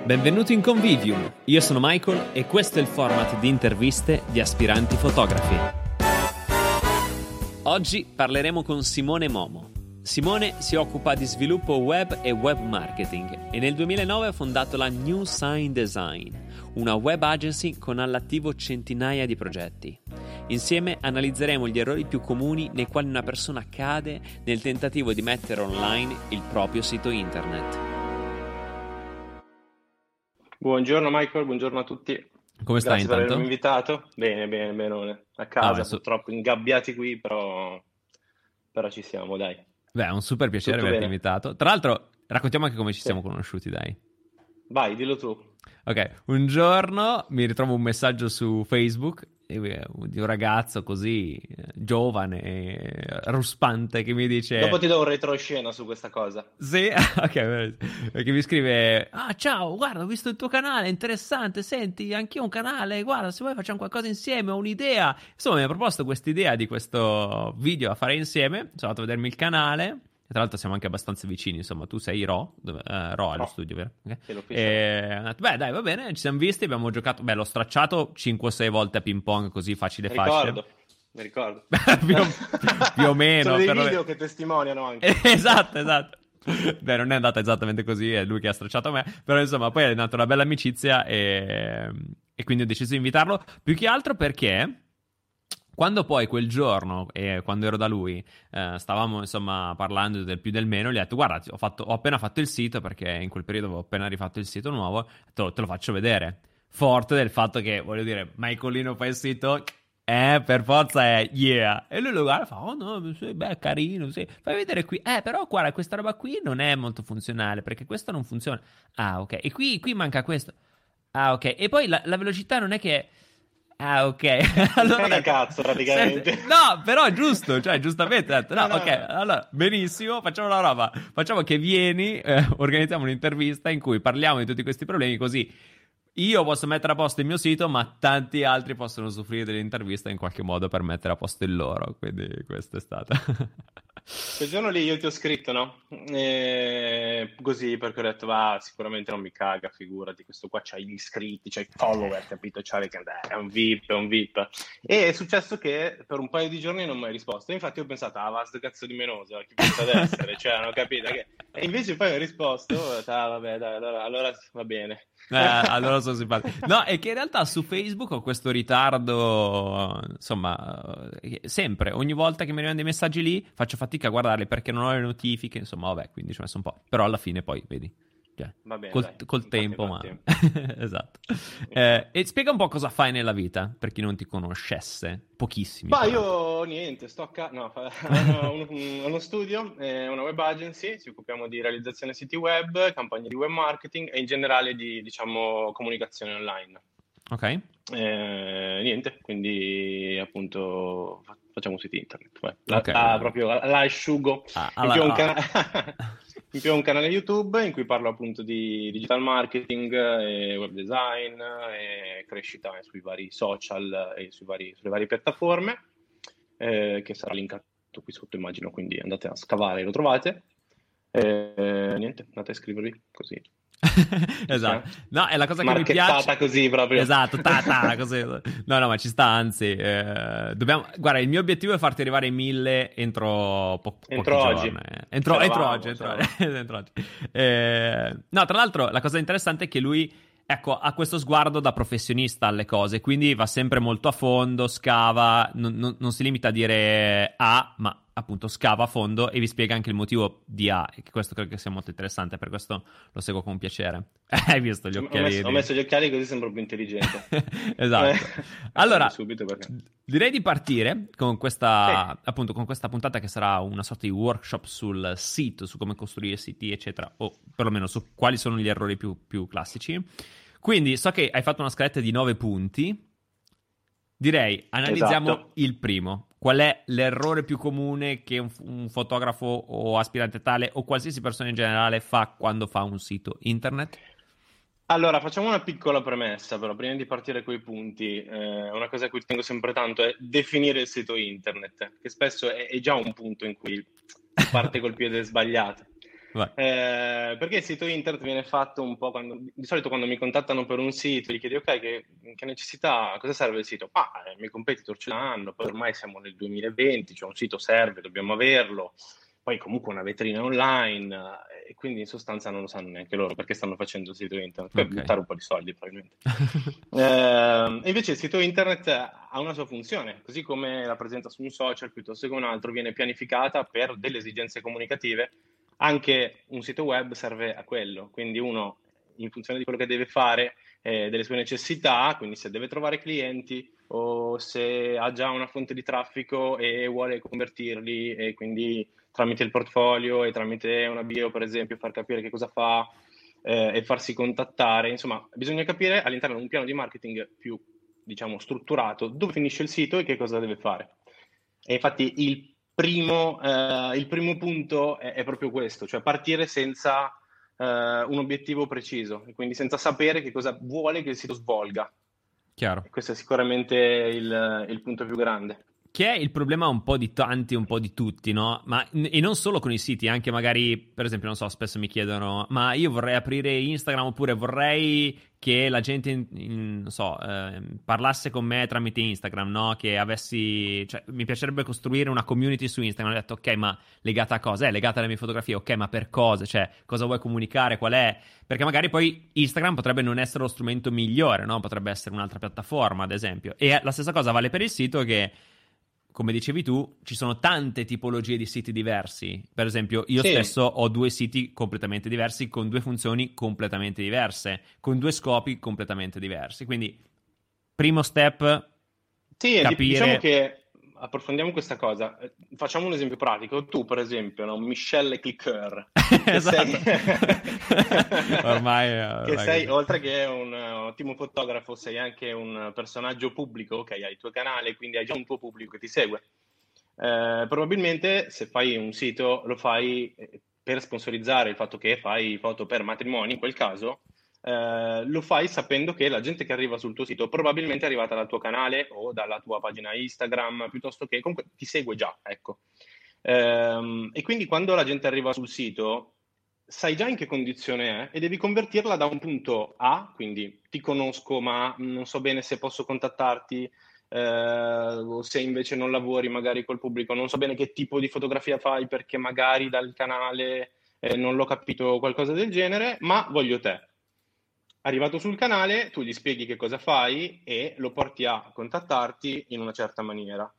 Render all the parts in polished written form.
Benvenuti in Convivium, io sono Michael e questo è il format di interviste di aspiranti fotografi. Oggi parleremo con Simone Momo. Simone si occupa di sviluppo web e web marketing e nel 2009 ha fondato la New Sign Design, una web agency con all'attivo centinaia di progetti. Insieme analizzeremo gli errori più comuni nei quali una persona cade nel tentativo di mettere online il proprio sito internet. Buongiorno Michael, buongiorno a tutti. Come stai Grazie per intanto? avermi invitato. Bene. A casa, purtroppo ingabbiati qui, però ci siamo, dai. Beh, è un super piacere Tutto averti bene. invitato. Tra l'altro, raccontiamo anche come ci siamo conosciuti, dai. Vai, dillo tu. Ok, un giorno mi ritrovo un messaggio su Facebook di un ragazzo così giovane e ruspante che mi dice... Dopo ti do un retroscena su questa cosa. Sì, ok, che mi scrive: ah, ciao, guarda, ho visto il tuo canale, interessante, senti, anch'io ho un canale, guarda, se vuoi facciamo qualcosa insieme, ho un'idea. Insomma, mi ha proposto quest'idea di questo video da fare insieme, sono andato a vedermi il canale. Tra l'altro siamo anche abbastanza vicini, insomma, tu sei Ro allo studio, vero? Okay. E, beh, dai, va bene, ci siamo visti, abbiamo giocato, l'ho stracciato 5-6 volte a ping pong, così facile. Mi ricordo. più o meno. Sono dei video che testimoniano anche. Esatto. Beh, non è andata esattamente così, è lui che ha stracciato me, però insomma, poi è nata una bella amicizia e quindi ho deciso di invitarlo, più che altro perché... Quando poi quel giorno, quando ero da lui, stavamo insomma parlando del più del meno, gli ho detto: guarda, ho appena fatto il sito, perché in quel periodo avevo appena rifatto il sito nuovo, te lo faccio vedere. Forte del fatto che, voglio dire, Michaelino fa il sito, per forza è yeah. E lui lo guarda e fa: oh no, sì, beh, carino, sì. Fai vedere qui. Però guarda, questa roba qui non è molto funzionale, perché questo non funziona. Ah, ok. E qui manca questo. Ah, ok. E poi la velocità non è che... Ah, ok. Allora, che cazzo, praticamente. Senti, no, però è giusto, cioè, giustamente ho detto, no, ok, allora, benissimo, facciamo una roba, facciamo che vieni, organizziamo un'intervista in cui parliamo di tutti questi problemi, così io posso mettere a posto il mio sito, ma tanti altri possono usufruire dell'intervista in qualche modo per mettere a posto il loro, quindi questa è stata... Quel giorno lì io ti ho scritto, no? Così, perché ho detto, va, sicuramente non mi caga, figurati, questo qua c'ha gli iscritti, c'ha i follower, capito? È un VIP. E è successo che per un paio di giorni non mi hai risposto. Infatti ho pensato, va, sto cazzo di menoso, chi pensa ad essere? Cioè, non ho capito che... E invece poi ho risposto, vabbè, dai, allora va bene. Allora sono simpatico. No, è che in realtà su Facebook ho questo ritardo, insomma, sempre, ogni volta che mi arrivano dei messaggi lì faccio fatica a guardarli perché non ho le notifiche, insomma, vabbè, quindi ci ho messo un po'. Però alla fine poi, vedi, cioè, Va bene, col tempo, ma... tempo. Esatto. E spiega un po' cosa fai nella vita, per chi non ti conoscesse, pochissimi. Ma io niente, ho uno studio, una web agency, ci occupiamo di realizzazione siti web, campagne di web marketing e in generale di, diciamo, comunicazione online. Ok. Niente, quindi appunto facciamo siti internet. Proprio la asciugo. In più ho un canale YouTube in cui parlo appunto di digital marketing, web design e crescita sui vari social e sulle varie piattaforme, che sarà linkato qui sotto, immagino, quindi andate a scavare e lo trovate. Niente, andate a iscrivervi così. Esatto. No, è la cosa che mi piace. Così proprio. Esatto, così. No, ma ci sta, anzi, guarda, il mio obiettivo è farti arrivare ai 1000 entro pochi oggi. Giorni. Entro oggi. No, tra l'altro la cosa interessante è che lui, ecco, ha questo sguardo da professionista alle cose, quindi va sempre molto a fondo, scava, non si limita a dire A, ma appunto scava a fondo e vi spiega anche il motivo di A, e questo credo che sia molto interessante, per questo lo seguo con piacere. Hai visto gli occhiali? Ho messo gli occhiali così sembro più intelligente. Esatto. Allora, subito perché... direi di partire con questa, appunto, con questa puntata che sarà una sorta di workshop sul sito, su come costruire siti, eccetera, o perlomeno su quali sono gli errori più classici. Quindi so che hai fatto una scaletta di 9 punti. Direi, analizziamo il primo. Qual è l'errore più comune che un fotografo o aspirante tale o qualsiasi persona in generale fa quando fa un sito internet? Allora, facciamo una piccola premessa, però, prima di partire coi punti. Una cosa a cui tengo sempre tanto è definire il sito internet, che spesso è già un punto in cui si parte col piede sbagliato. Vai. Perché il sito internet viene fatto un po' di solito quando mi contattano per un sito, gli chiedi ok, che necessità, cosa serve il sito? I miei competitor ce l'hanno, poi ormai siamo nel 2020, cioè un sito serve, dobbiamo averlo, poi comunque una vetrina online, e quindi in sostanza non lo sanno neanche loro perché stanno facendo il sito internet, per Ok. buttare un po' di soldi probabilmente. E invece il sito internet ha una sua funzione, così come la presenza su un social piuttosto che un altro viene pianificata per delle esigenze comunicative, anche un sito web serve a quello, quindi uno in funzione di quello che deve fare, delle sue necessità, quindi se deve trovare clienti o se ha già una fonte di traffico e vuole convertirli e quindi tramite il portfolio e tramite una bio, per esempio, far capire che cosa fa e farsi contattare. Insomma, bisogna capire all'interno di un piano di marketing più, diciamo, strutturato dove finisce il sito e che cosa deve fare. E infatti il primo punto è proprio questo, cioè partire senza un obiettivo preciso, e quindi senza sapere che cosa vuole che il sito svolga. Chiaro. E questo è sicuramente il punto più grande. Che è il problema un po' di tanti, un po' di tutti, no? E non solo con i siti, anche magari, per esempio, non so, spesso mi chiedono, ma io vorrei aprire Instagram oppure vorrei che la gente, non so, parlasse con me tramite Instagram, no? Che avessi, cioè, mi piacerebbe costruire una community su Instagram. Ho detto, ok, ma legata a cosa? È legata alle mie fotografie, ok, ma per cosa? Cioè, cosa vuoi comunicare? Qual è? Perché magari poi Instagram potrebbe non essere lo strumento migliore, no? Potrebbe essere un'altra piattaforma, ad esempio. E la stessa cosa vale per il sito che come dicevi tu, ci sono tante tipologie di siti diversi. Per esempio, io Sì, stesso ho 2 siti completamente diversi, con 2 funzioni completamente diverse, con 2 scopi completamente diversi. Quindi, primo step, sì, diciamo capire... che approfondiamo questa cosa. Facciamo un esempio pratico. Tu, per esempio, no? Michelle Clicker, che sei, Esatto. Ormai, che ormai sei, così. oltre che un ottimo fotografo, sei anche un personaggio pubblico, che hai il tuo canale, quindi hai già un tuo pubblico che ti segue. Probabilmente se fai un sito lo fai per sponsorizzare il fatto che fai foto per matrimoni, in quel caso lo fai sapendo che la gente che arriva sul tuo sito probabilmente è arrivata dal tuo canale o dalla tua pagina Instagram, piuttosto che comunque ti segue già, ecco. E quindi quando la gente arriva sul sito, sai già in che condizione è e devi convertirla da un punto A, quindi ti conosco, ma non so bene se posso contattarti, o se invece non lavori magari col pubblico, non so bene che tipo di fotografia fai perché magari dal canale non l'ho capito, qualcosa del genere, ma voglio te. Arrivato sul canale, tu gli spieghi che cosa fai e lo porti a contattarti in una certa maniera.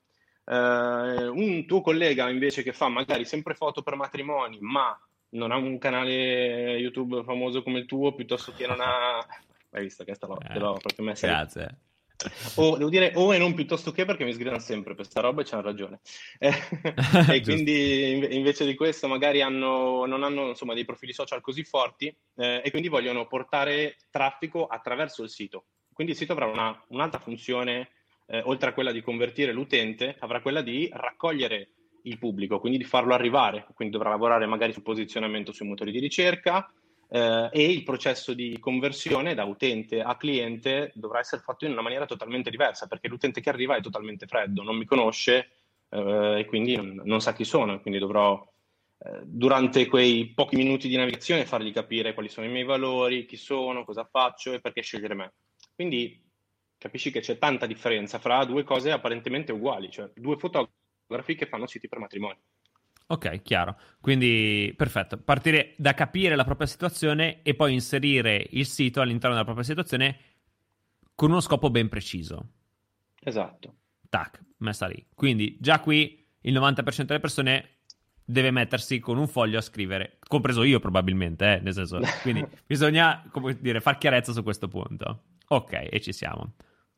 Un tuo collega invece che fa magari sempre foto per matrimoni, ma non ha un canale YouTube famoso come il tuo, piuttosto che non ha... Hai visto che te Eh, l'ho proprio messa lì. grazie. O devo dire o e non piuttosto che perché mi sgridano sempre per sta roba e c'hanno ragione. Eh, e Giusto. quindi invece di questo magari non hanno insomma dei profili social così forti e quindi vogliono portare traffico attraverso il sito. Quindi il sito avrà un'altra funzione, oltre a quella di convertire l'utente, avrà quella di raccogliere il pubblico, quindi di farlo arrivare, quindi dovrà lavorare magari sul posizionamento sui motori di ricerca, e il processo di conversione da utente a cliente dovrà essere fatto in una maniera totalmente diversa, perché l'utente che arriva è totalmente freddo, non mi conosce e quindi non sa chi sono, quindi dovrò durante quei pochi minuti di navigazione fargli capire quali sono i miei valori, chi sono, cosa faccio e perché scegliere me. Quindi capisci che c'è tanta differenza fra due cose apparentemente uguali, cioè due fotografi che fanno siti per matrimoni. Ok, chiaro. Quindi, perfetto. Partire da capire la propria situazione e poi inserire il sito all'interno della propria situazione con uno scopo ben preciso. Esatto. Tac, messa lì. Quindi, già qui il 90% delle persone deve mettersi con un foglio a scrivere, compreso io probabilmente, nel senso, quindi bisogna, come dire, far chiarezza su questo punto. Ok, e ci siamo.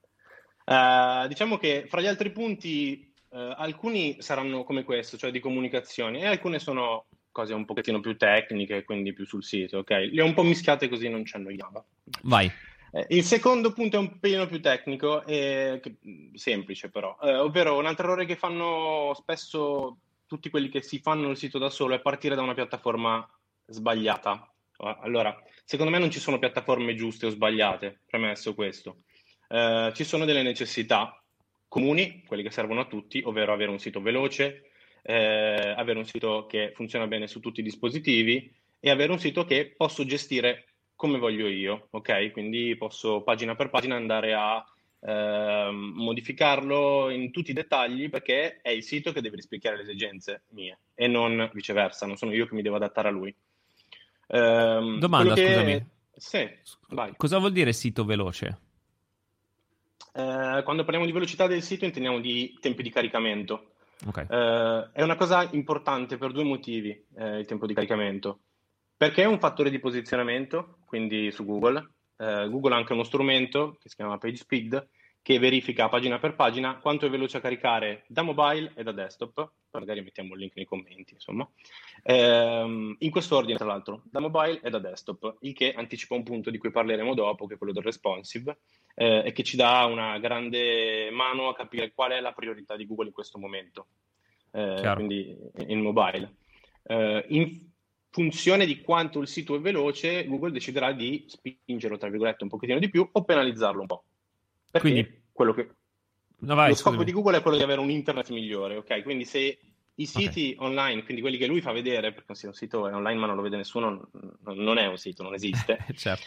Diciamo che fra gli altri punti, alcuni saranno come questo, cioè di comunicazione, e alcune sono cose un pochettino più tecniche, quindi più sul sito, ok? Le ho un po' mischiate così non ci annoiamo. Vai. Il secondo punto è un pelino più tecnico, semplice però, ovvero un altro errore che fanno spesso tutti quelli che si fanno il sito da solo è partire da una piattaforma sbagliata. Allora, secondo me non ci sono piattaforme giuste o sbagliate, premesso questo. Ci sono delle necessità comuni, quelle che servono a tutti, ovvero avere un sito veloce, avere un sito che funziona bene su tutti i dispositivi e avere un sito che posso gestire come voglio io, ok? Quindi posso pagina per pagina andare a modificarlo in tutti i dettagli, perché è il sito che deve rispecchiare le esigenze mie e non viceversa, non sono io che mi devo adattare a lui. Quello Domanda, scusami. che... Sì, vai. Cosa vuol dire sito veloce? Quando parliamo di velocità del sito intendiamo di tempi di caricamento. Ok. È una cosa importante per due motivi, il tempo di caricamento. Perché è un fattore di posizionamento, quindi su Google. Google ha anche uno strumento che si chiama PageSpeed, che verifica pagina per pagina quanto è veloce a caricare da mobile e da desktop. Magari mettiamo il link nei commenti, insomma. In questo ordine, tra l'altro, da mobile e da desktop, il che anticipa un punto di cui parleremo dopo, che è quello del responsive, e che ci dà una grande mano a capire qual è la priorità di Google in questo momento, quindi in mobile. In funzione di quanto il sito è veloce, Google deciderà di spingerlo, tra virgolette, un pochettino di più o penalizzarlo un po'. Perché Quindi, no, vai, lo scopo scusami. di Google è quello di avere un internet migliore, ok? Quindi se i siti online, quindi quelli che lui fa vedere, perché se un sito è online ma non lo vede nessuno, non è un sito, non esiste. Certo.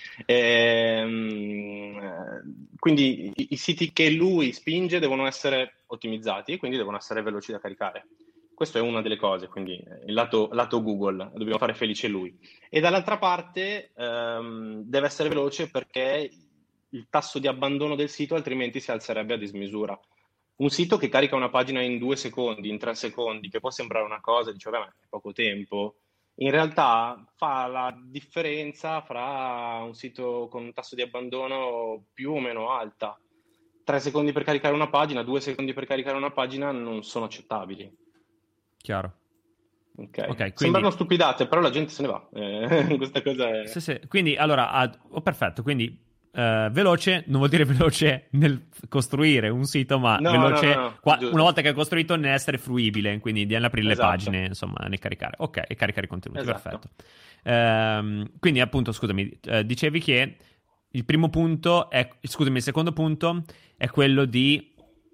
Quindi i siti che lui spinge devono essere ottimizzati e quindi devono essere veloci da caricare. Questa è una delle cose, quindi il lato Google, dobbiamo fare felice lui. E dall'altra parte deve essere veloce perché il tasso di abbandono del sito altrimenti si alzerebbe a dismisura. Un sito che carica una pagina in 2 secondi, in 3 secondi, che può sembrare una cosa, dice, vabbè, è poco tempo, in realtà fa la differenza fra un sito con un tasso di abbandono più o meno alta. 3 secondi per caricare una pagina, 2 secondi per caricare una pagina non sono accettabili. Chiaro. Ok, quindi... sembrano stupidate, però la gente se ne va. Questa cosa è... Sì. Quindi, allora, perfetto, quindi veloce non vuol dire veloce nel costruire un sito, ma No, veloce una giusto. volta che è costruito nell'essere fruibile, quindi di aprire le Esatto. pagine, insomma, ne caricare. Ok, e caricare i contenuti, Esatto. perfetto. Quindi, appunto, scusami, dicevi che il primo punto è, scusami, il secondo punto è quello di...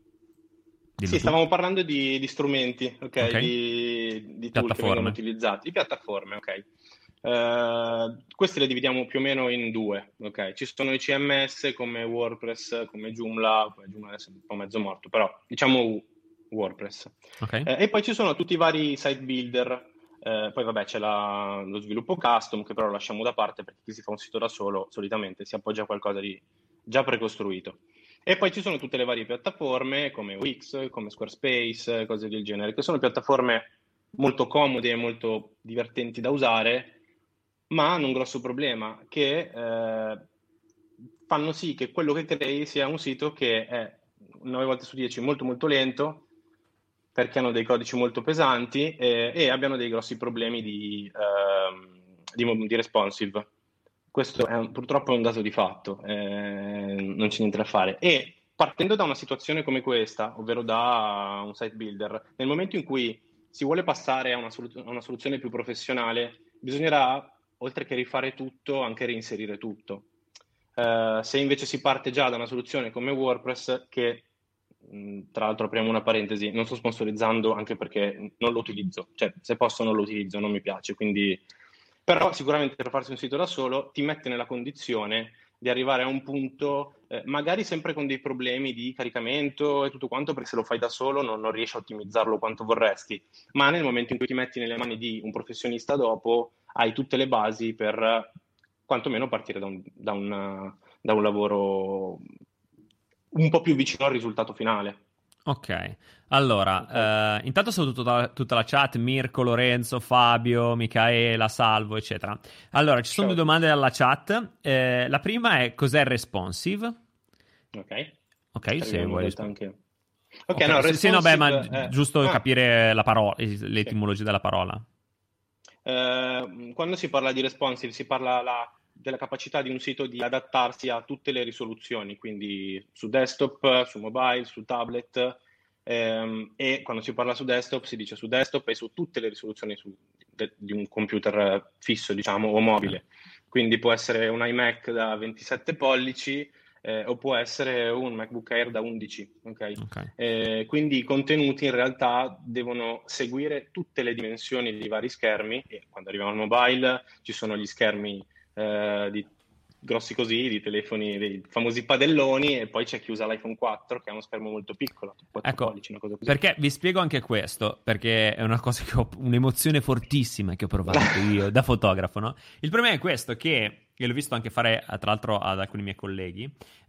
Sì, stavamo parlando di strumenti, ok? Ok. Di tool che vengono utilizzati, di piattaforme, ok? Queste le dividiamo più o meno in due, ok? Ci sono i CMS come WordPress, come Joomla adesso è un po' mezzo morto, però diciamo WordPress. Ok. E poi ci sono tutti i vari site builder, poi vabbè c'è lo sviluppo custom che però lo lasciamo da parte perché chi si fa un sito da solo solitamente si appoggia a qualcosa di già precostruito. E poi ci sono tutte le varie piattaforme come Wix, come Squarespace, cose del genere, che sono piattaforme molto comode e molto divertenti da usare, ma hanno un grosso problema, che fanno sì che quello che crei sia un sito che è 9 volte su 10 molto molto lento, perché hanno dei codici molto pesanti e abbiano dei grossi problemi di responsive. Questo purtroppo è un dato di fatto, non c'è niente da fare. E partendo da una situazione come questa, ovvero da un site builder, nel momento in cui si vuole passare a una soluzione più professionale, bisognerà, oltre che rifare tutto, anche reinserire tutto. Se invece si parte già da una soluzione come WordPress, che tra l'altro apriamo una parentesi, non sto sponsorizzando anche perché non lo utilizzo, cioè se posso non lo utilizzo, non mi piace, quindi... Però sicuramente per farsi un sito da solo ti mette nella condizione di arrivare a un punto, magari sempre con dei problemi di caricamento e tutto quanto, perché se lo fai da solo non riesci a ottimizzarlo quanto vorresti, ma nel momento in cui ti metti nelle mani di un professionista dopo, hai tutte le basi per quantomeno partire da un lavoro un po' più vicino al risultato finale. Ok, allora, intanto saluto tutta la chat, Mirko, Lorenzo, Fabio, Micaela, Salvo, eccetera. Allora, ci sono due domande dalla chat. La prima è cos'è responsive? Ok, se vuoi rispondere. Ok, no, responsive... Sì, no, beh, ma giusto capire la parola, l'etimologia della parola. Quando si parla di responsive si parla della capacità di un sito di adattarsi a tutte le risoluzioni, quindi su desktop, su mobile, su tablet, e quando si parla su desktop si dice su desktop e su tutte le risoluzioni di un computer fisso, diciamo, o mobile. Quindi può essere un iMac da 27 pollici o può essere un MacBook Air da 11, ok? Ok. Quindi i contenuti in realtà devono seguire tutte le dimensioni dei vari schermi, e quando arriviamo al mobile ci sono gli schermi grossi così, di telefoni, dei famosi padelloni, e poi c'è chi usa l'iPhone 4 che ha uno schermo molto piccolo, 4 Ecco, pollici, una cosa così. perché vi spiego anche questo, perché è una cosa che ho, un'emozione fortissima che ho provato io da fotografo, no? Il problema è questo, che l'ho visto anche fare, tra l'altro, ad alcuni miei colleghi.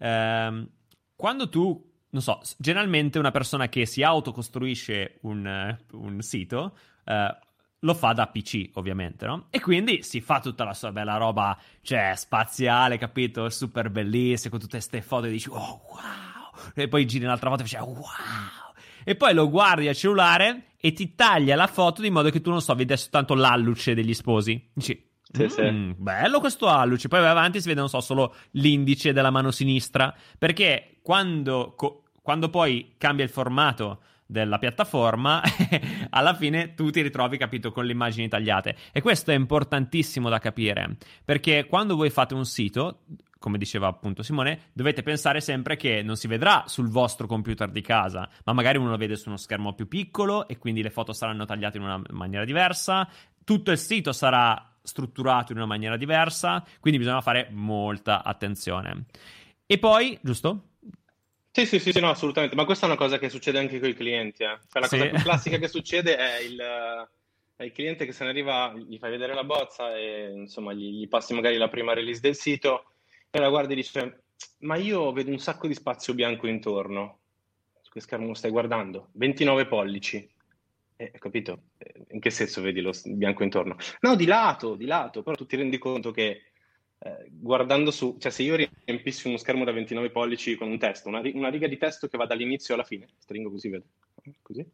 Quando tu, non so, generalmente una persona che si autocostruisce un sito, lo fa da PC, ovviamente, no? E quindi si fa tutta la sua bella roba, cioè, spaziale, capito? Super bellissima, con tutte ste foto e dici, oh, wow! E poi giri un'altra volta e dici, wow! E poi lo guardi al cellulare e ti taglia la foto di modo che tu, non so, vedi soltanto l'alluce degli sposi. Dici, Sì. bello questo alluce. Poi vai avanti e si vede, non so, solo l'indice della mano sinistra. Perché quando poi cambia il formato della piattaforma, alla fine tu ti ritrovi, capito, con le immagini tagliate. E questo è importantissimo da capire, perché quando voi fate un sito, come diceva appunto Simone, dovete pensare sempre che non si vedrà sul vostro computer di casa, ma magari uno lo vede su uno schermo più piccolo e quindi le foto saranno tagliate in una maniera diversa, tutto il sito sarà strutturato in una maniera diversa, quindi bisogna fare molta attenzione. E poi, giusto? Sì, no, assolutamente. Ma questa è una cosa che succede anche con i clienti. Cioè, la Sì. cosa più classica che succede è il cliente che se ne arriva, gli fai vedere la bozza e insomma gli passi magari la prima release del sito e la guardi e dice: Ma io vedo un sacco di spazio bianco intorno. Su che schermo stai guardando? 29 pollici. Capito? In che senso vedi il bianco intorno? No, di lato, però tu ti rendi conto che guardando su, cioè se io riempissi uno schermo da 29 pollici con un testo, una riga di testo che va dall'inizio alla fine, stringo così, vedo, così,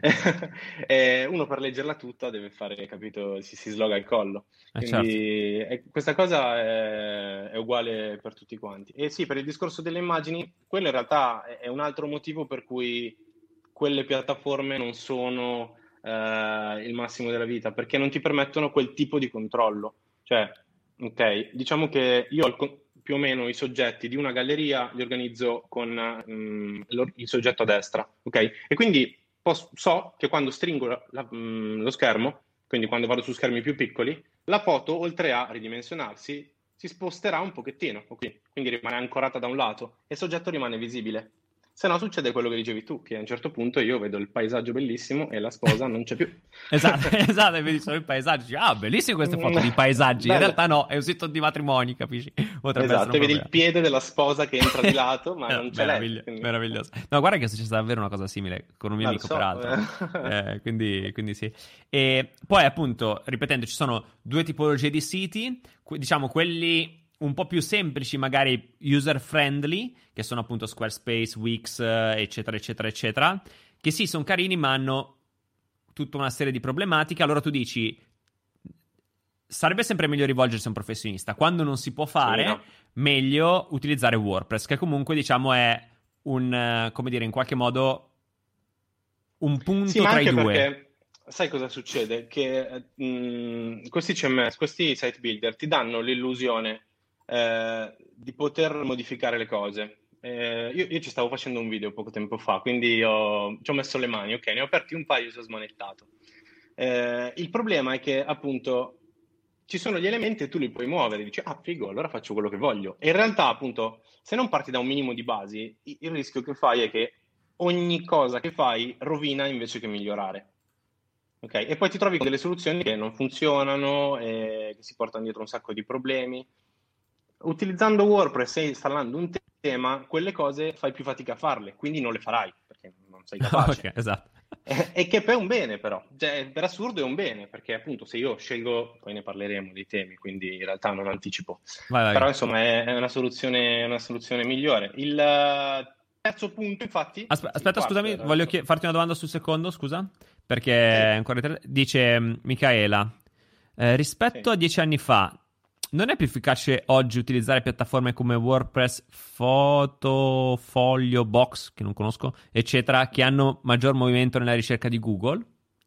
uno per leggerla tutta deve fare, capito, si sloga il collo. Certo. Quindi questa cosa è uguale per tutti quanti. E sì, per il discorso delle immagini, quello in realtà è un altro motivo per cui quelle piattaforme non sono il massimo della vita, perché non ti permettono quel tipo di controllo. Cioè, ok, diciamo che io più o meno i soggetti di una galleria li organizzo con il soggetto a destra, ok? E quindi so che quando stringo lo schermo, quindi quando vado su schermi più piccoli, la foto, oltre a ridimensionarsi, si sposterà un pochettino, ok? Quindi rimane ancorata da un lato e il soggetto rimane visibile. Se no succede quello che dicevi tu, che a un certo punto io vedo il paesaggio bellissimo e la sposa non c'è più. Esatto, esatto, e vedi solo il paesaggio, dici, ah, bellissime queste foto di paesaggi, in Bello. realtà no, è un sito di matrimoni, capisci? Potrebbe Esatto, essere e un vedi il problema. piede della sposa che entra di lato, ma non c'è lei. Quindi... Meraviglioso. No, guarda che è successa davvero una cosa simile con un mio Lo amico, so. peraltro. Quindi sì. E poi, appunto, ripetendo, ci sono due tipologie di siti, diciamo quelli un po' più semplici, magari user friendly, che sono appunto Squarespace, Wix, eccetera, eccetera, eccetera, che sì, sono carini, ma hanno tutta una serie di problematiche. Allora tu dici, sarebbe sempre meglio rivolgersi a un professionista. Quando non si può fare, Sì, no. meglio utilizzare WordPress, che comunque, diciamo, è come dire, in qualche modo un Sì, punto ma tra i anche due. perché sai cosa succede? Che questi CMS, questi site builder ti danno l'illusione di poter modificare le cose. Io ci stavo facendo un video poco tempo fa, quindi ci ho messo le mani, ok, ne ho aperti un paio e sono smanettato. Il problema è che appunto ci sono gli elementi e tu li puoi muovere, dici, ah, figo, allora faccio quello che voglio. E in realtà, appunto, se non parti da un minimo di basi, il rischio che fai è che ogni cosa che fai rovina invece che migliorare. Ok? E poi ti trovi con delle soluzioni che non funzionano e che si portano dietro un sacco di problemi. Utilizzando WordPress e installando un tema, quelle cose fai più fatica a farle, quindi non le farai perché non sei capace. Ok, esatto. E che poi è un bene, però, cioè, per assurdo è un bene, perché appunto se io scelgo, poi ne parleremo dei temi, quindi in realtà non anticipo, però Vai. insomma è una soluzione migliore. Il terzo punto, infatti, anzi il Aspetta, quarto scusami, era voglio adesso. farti una domanda sul secondo, scusa, perché Sì, è ancora dice Michaela, rispetto sì. a 10 anni fa, non è più efficace oggi utilizzare piattaforme come WordPress, Fotofoglio, Box, che non conosco, eccetera, che hanno maggior movimento nella ricerca di Google?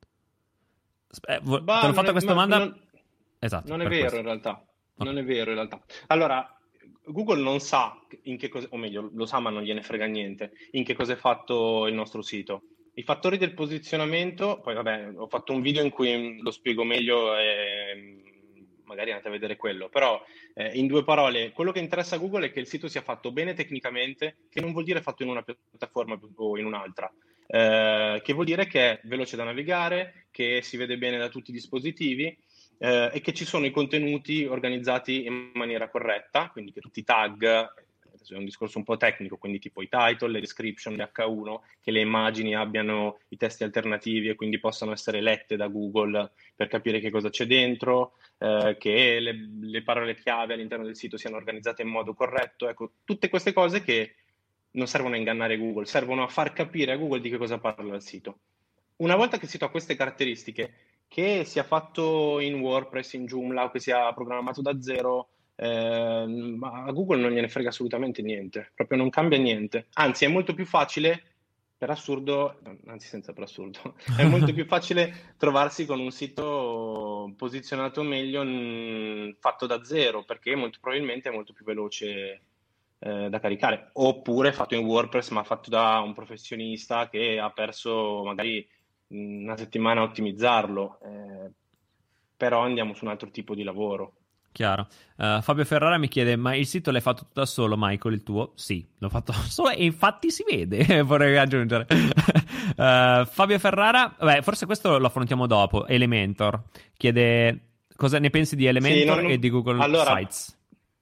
Te Bah, l'ho fatta questa domanda. Esatto, non è per vero questo. in realtà. Ok. Non è vero in realtà. Allora, Google non sa in che cosa, o meglio, lo sa ma non gliene frega niente, in che cosa è fatto il nostro sito. I fattori del posizionamento, poi vabbè, ho fatto un video in cui lo spiego meglio e magari andate a vedere quello, però in due parole, quello che interessa a Google è che il sito sia fatto bene tecnicamente, che non vuol dire fatto in una piattaforma o in un'altra, che vuol dire che è veloce da navigare, che si vede bene da tutti i dispositivi e che ci sono i contenuti organizzati in maniera corretta, quindi che tutti i tag, adesso è un discorso un po' tecnico, quindi tipo i title, le description, le H1, che le immagini abbiano i testi alternativi e quindi possano essere lette da Google per capire che cosa c'è dentro, che le parole chiave all'interno del sito siano organizzate in modo corretto. Ecco, tutte queste cose che non servono a ingannare Google, servono a far capire a Google di che cosa parla il sito. Una volta che il sito ha queste caratteristiche, che sia fatto in WordPress, in Joomla o che sia programmato da zero, a Google non gliene frega assolutamente niente, proprio non cambia niente. Anzi, è molto più facile, per assurdo, anzi senza per assurdo, è molto più facile trovarsi con un sito posizionato meglio, fatto da zero, perché molto probabilmente è molto più veloce da caricare, oppure fatto in WordPress ma fatto da un professionista che ha perso magari una settimana a ottimizzarlo, però andiamo su un altro tipo di lavoro. Chiaro. Fabio Ferrara mi chiede: ma il sito l'hai fatto tutto da solo, Michael, il tuo? Sì, l'ho fatto da solo e infatti si vede, vorrei aggiungere. Fabio Ferrara, beh, forse questo lo affrontiamo dopo. Elementor chiede cosa ne pensi di Sì, Elementor e di Google allora, Sites.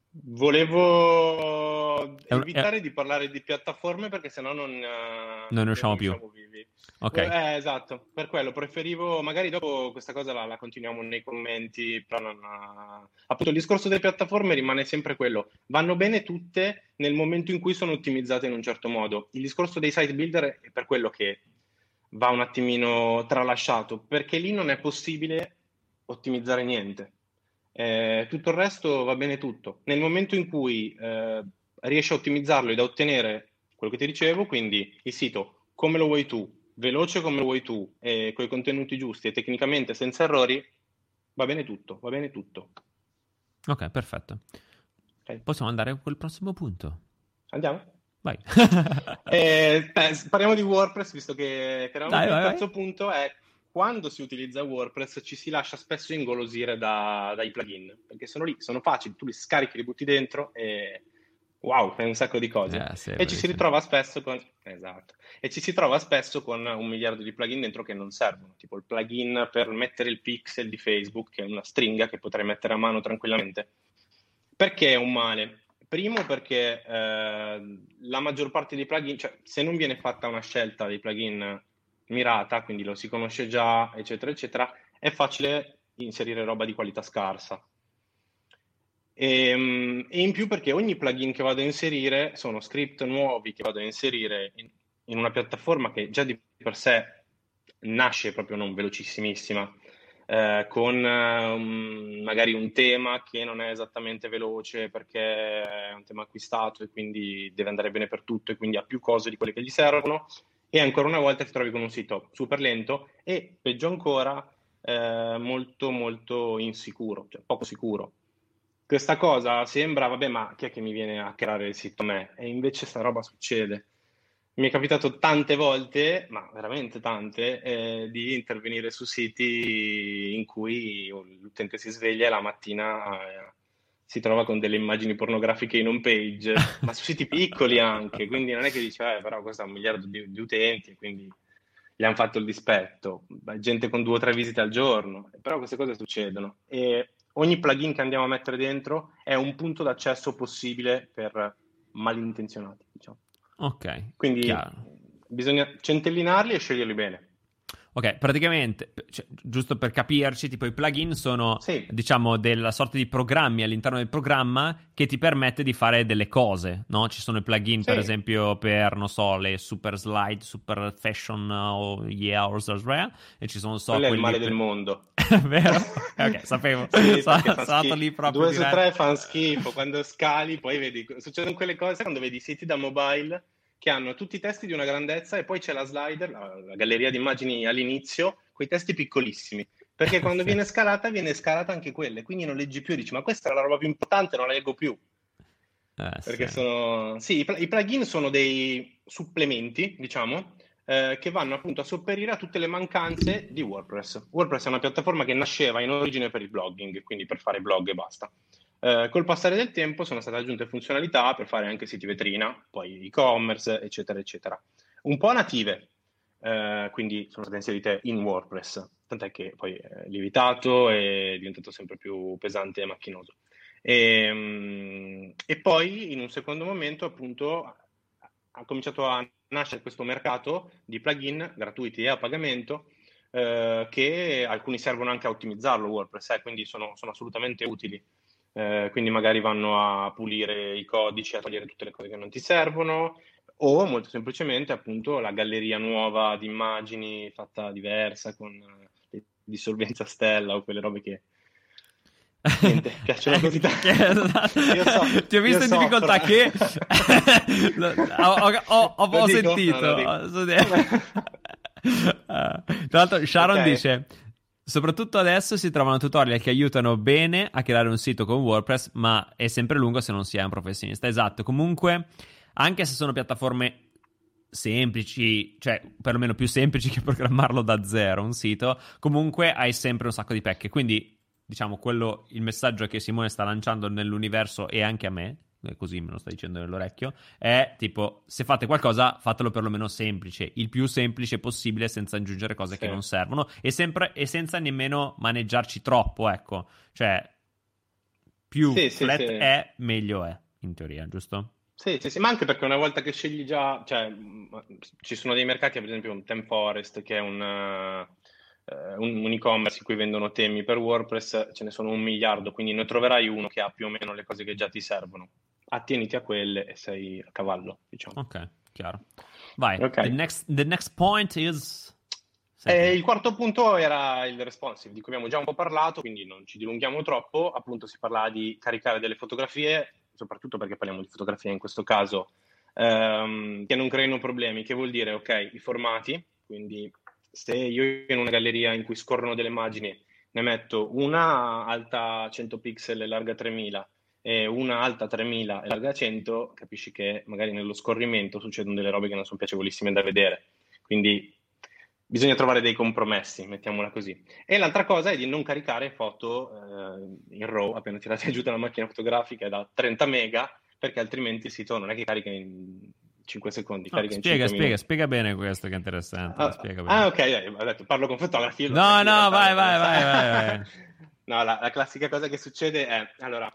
volevo evitare È di parlare di piattaforme perché sennò Non ne non usciamo ne più. usciamo vivi. Ok. Esatto, per quello preferivo, magari dopo questa cosa la continuiamo nei commenti, però appunto il discorso delle piattaforme rimane sempre quello, vanno bene tutte nel momento in cui sono ottimizzate in un certo modo. Il discorso dei site builder è per quello che va un attimino tralasciato, perché lì non è possibile ottimizzare niente. Tutto il resto va bene tutto. Nel momento in cui riesci a ottimizzarlo ed a ottenere quello che ti dicevo, quindi il sito come lo vuoi tu, veloce come lo vuoi tu, e con i contenuti giusti e tecnicamente senza errori, va bene tutto, va bene tutto. Ok, perfetto. Ok? Possiamo andare col prossimo punto. Andiamo? Vai. Parliamo di WordPress, visto che eravamo Dai, qui. Il vai, vai. terzo punto è quando si utilizza WordPress ci si lascia spesso ingolosire dai plugin, perché sono lì, sono facili, tu li scarichi, li butti dentro e wow, fai un sacco di cose. Sì, E ci si bravissimo. ritrova spesso con, esatto, e ci si trova spesso con 1 miliardo di plugin dentro che non servono, tipo il plugin per mettere il pixel di Facebook, che è una stringa che potrei mettere a mano tranquillamente. Perché è un male? Primo perché la maggior parte dei plugin, cioè se non viene fatta una scelta dei plugin mirata, quindi lo si conosce già, eccetera, eccetera, è facile inserire roba di qualità scarsa. E in più perché ogni plugin che vado a inserire sono script nuovi che vado a inserire in una piattaforma che già di per sé nasce proprio non velocissimissima, con magari un tema che non è esattamente veloce perché è un tema acquistato e quindi deve andare bene per tutto e quindi ha più cose di quelle che gli servono. E ancora una volta ti trovi con un sito super lento e, peggio ancora, molto molto insicuro, cioè poco sicuro. Questa cosa sembra, vabbè, ma chi è che mi viene a creare il sito a me? E invece sta roba succede. Mi è capitato tante volte, ma veramente tante, di intervenire su siti in cui l'utente si sveglia e la mattina si trova con delle immagini pornografiche in home page, ma su siti piccoli anche, quindi non è che dice, però questo ha 1 miliardo di utenti, quindi gli hanno fatto il dispetto. Gente con 2 o 3 visite al giorno, però queste cose succedono. E ogni plugin che andiamo a mettere dentro è un punto d'accesso possibile per malintenzionati, diciamo. Ok, Quindi chiaro. bisogna centellinarli e sceglierli bene. Ok, praticamente, cioè, giusto per capirci, tipo i plugin sono, Sì, diciamo, della sorta di programmi all'interno del programma che ti permette di fare delle cose, no? Ci sono i plugin, per sì, esempio, per, non so, le super slide, super fashion o yeah or so, e ci sono, so, quello è il quelli male del per... mondo. Vero? Ok, sapevo. Sì, Sono perché fa sono andato schifo. lì proprio 2 su 3 diretto. fanno schifo. Quando scali, poi vedi, succedono quelle cose quando vedi siti da mobile che hanno tutti i testi di una grandezza e poi c'è la slider, la galleria di immagini all'inizio, con i testi piccolissimi. Perché quando Sì. viene scalata anche quelle, quindi non leggi più, dici, ma questa è la roba più importante, non la leggo più. Perché Sì. sì, i plugin sono dei supplementi, diciamo, che vanno appunto a sopperire a tutte le mancanze di WordPress. WordPress è una piattaforma che nasceva in origine per il blogging, quindi per fare blog e basta. Col passare del tempo sono state aggiunte funzionalità per fare anche siti vetrina, poi e-commerce, eccetera, eccetera. Un po' native, quindi sono state inserite in WordPress, tant'è che poi è lievitato e è diventato sempre più pesante e macchinoso. E poi in un secondo momento, appunto, ha cominciato a nascere questo mercato di plugin gratuiti e a pagamento, che alcuni servono anche a ottimizzarlo WordPress, quindi sono assolutamente utili. Quindi magari vanno a pulire i codici, a togliere tutte le cose che non ti servono, o molto semplicemente appunto la galleria nuova di immagini fatta diversa con le dissolvenza stella o quelle robe che niente, piacciono così tanto. Io Ti ho visto in soffro. difficoltà che Lo ho dico? No, sentito. non lo dico. Tra l'altro Sharon Ok. dice: soprattutto adesso si trovano tutorial che aiutano bene a creare un sito con WordPress, ma è sempre lungo se non si è un professionista. Esatto, comunque, anche se sono piattaforme semplici, cioè perlomeno più semplici che programmarlo da zero un sito, comunque hai sempre un sacco di pecche. Quindi, diciamo, il messaggio che Simone sta lanciando nell'universo e anche a me, così me lo sta dicendo nell'orecchio, è tipo, se fate qualcosa, fatelo perlomeno semplice, il più semplice possibile, senza aggiungere cose che Sì. non servono e senza nemmeno maneggiarci troppo, ecco. Cioè, più Sì, sì, flat sì. è, meglio è, in teoria, giusto? Sì, sì, sì, ma anche perché una volta che scegli già, cioè, ci sono dei mercati, per esempio un ThemeForest, che è un e-commerce in cui vendono temi per WordPress, ce ne sono 1 miliardo, quindi ne troverai uno che ha più o meno le cose che già ti servono. Attieniti a quelle e sei a cavallo, diciamo. Ok, chiaro. Vai, Ok. the next point is... E Sentimi. il quarto punto era il responsive, di cui abbiamo già un po' parlato, quindi non ci dilunghiamo troppo. Appunto, si parlava di caricare delle fotografie, soprattutto perché parliamo di fotografie in questo caso, che non creino problemi, che vuol dire, ok, i formati, quindi se io in una galleria in cui scorrono delle immagini ne metto una alta 100 pixel e larga 3000 e una alta 3000 e larga 100, capisci che magari nello scorrimento succedono delle robe che non sono piacevolissime da vedere. Quindi bisogna trovare dei compromessi, mettiamola così. E l'altra cosa è di non caricare foto in RAW appena tirate giù dalla macchina fotografica da 30 mega, perché altrimenti il sito non è che carica in 5 secondi, No, carica in 5 minuti. spiega bene questo che è interessante, spiega bene. Ok, ho detto, parlo con fotografi, lo sai No, che in no, realtà vai, non vai, vai, sai. vai, vai. No, la classica cosa che succede è, allora,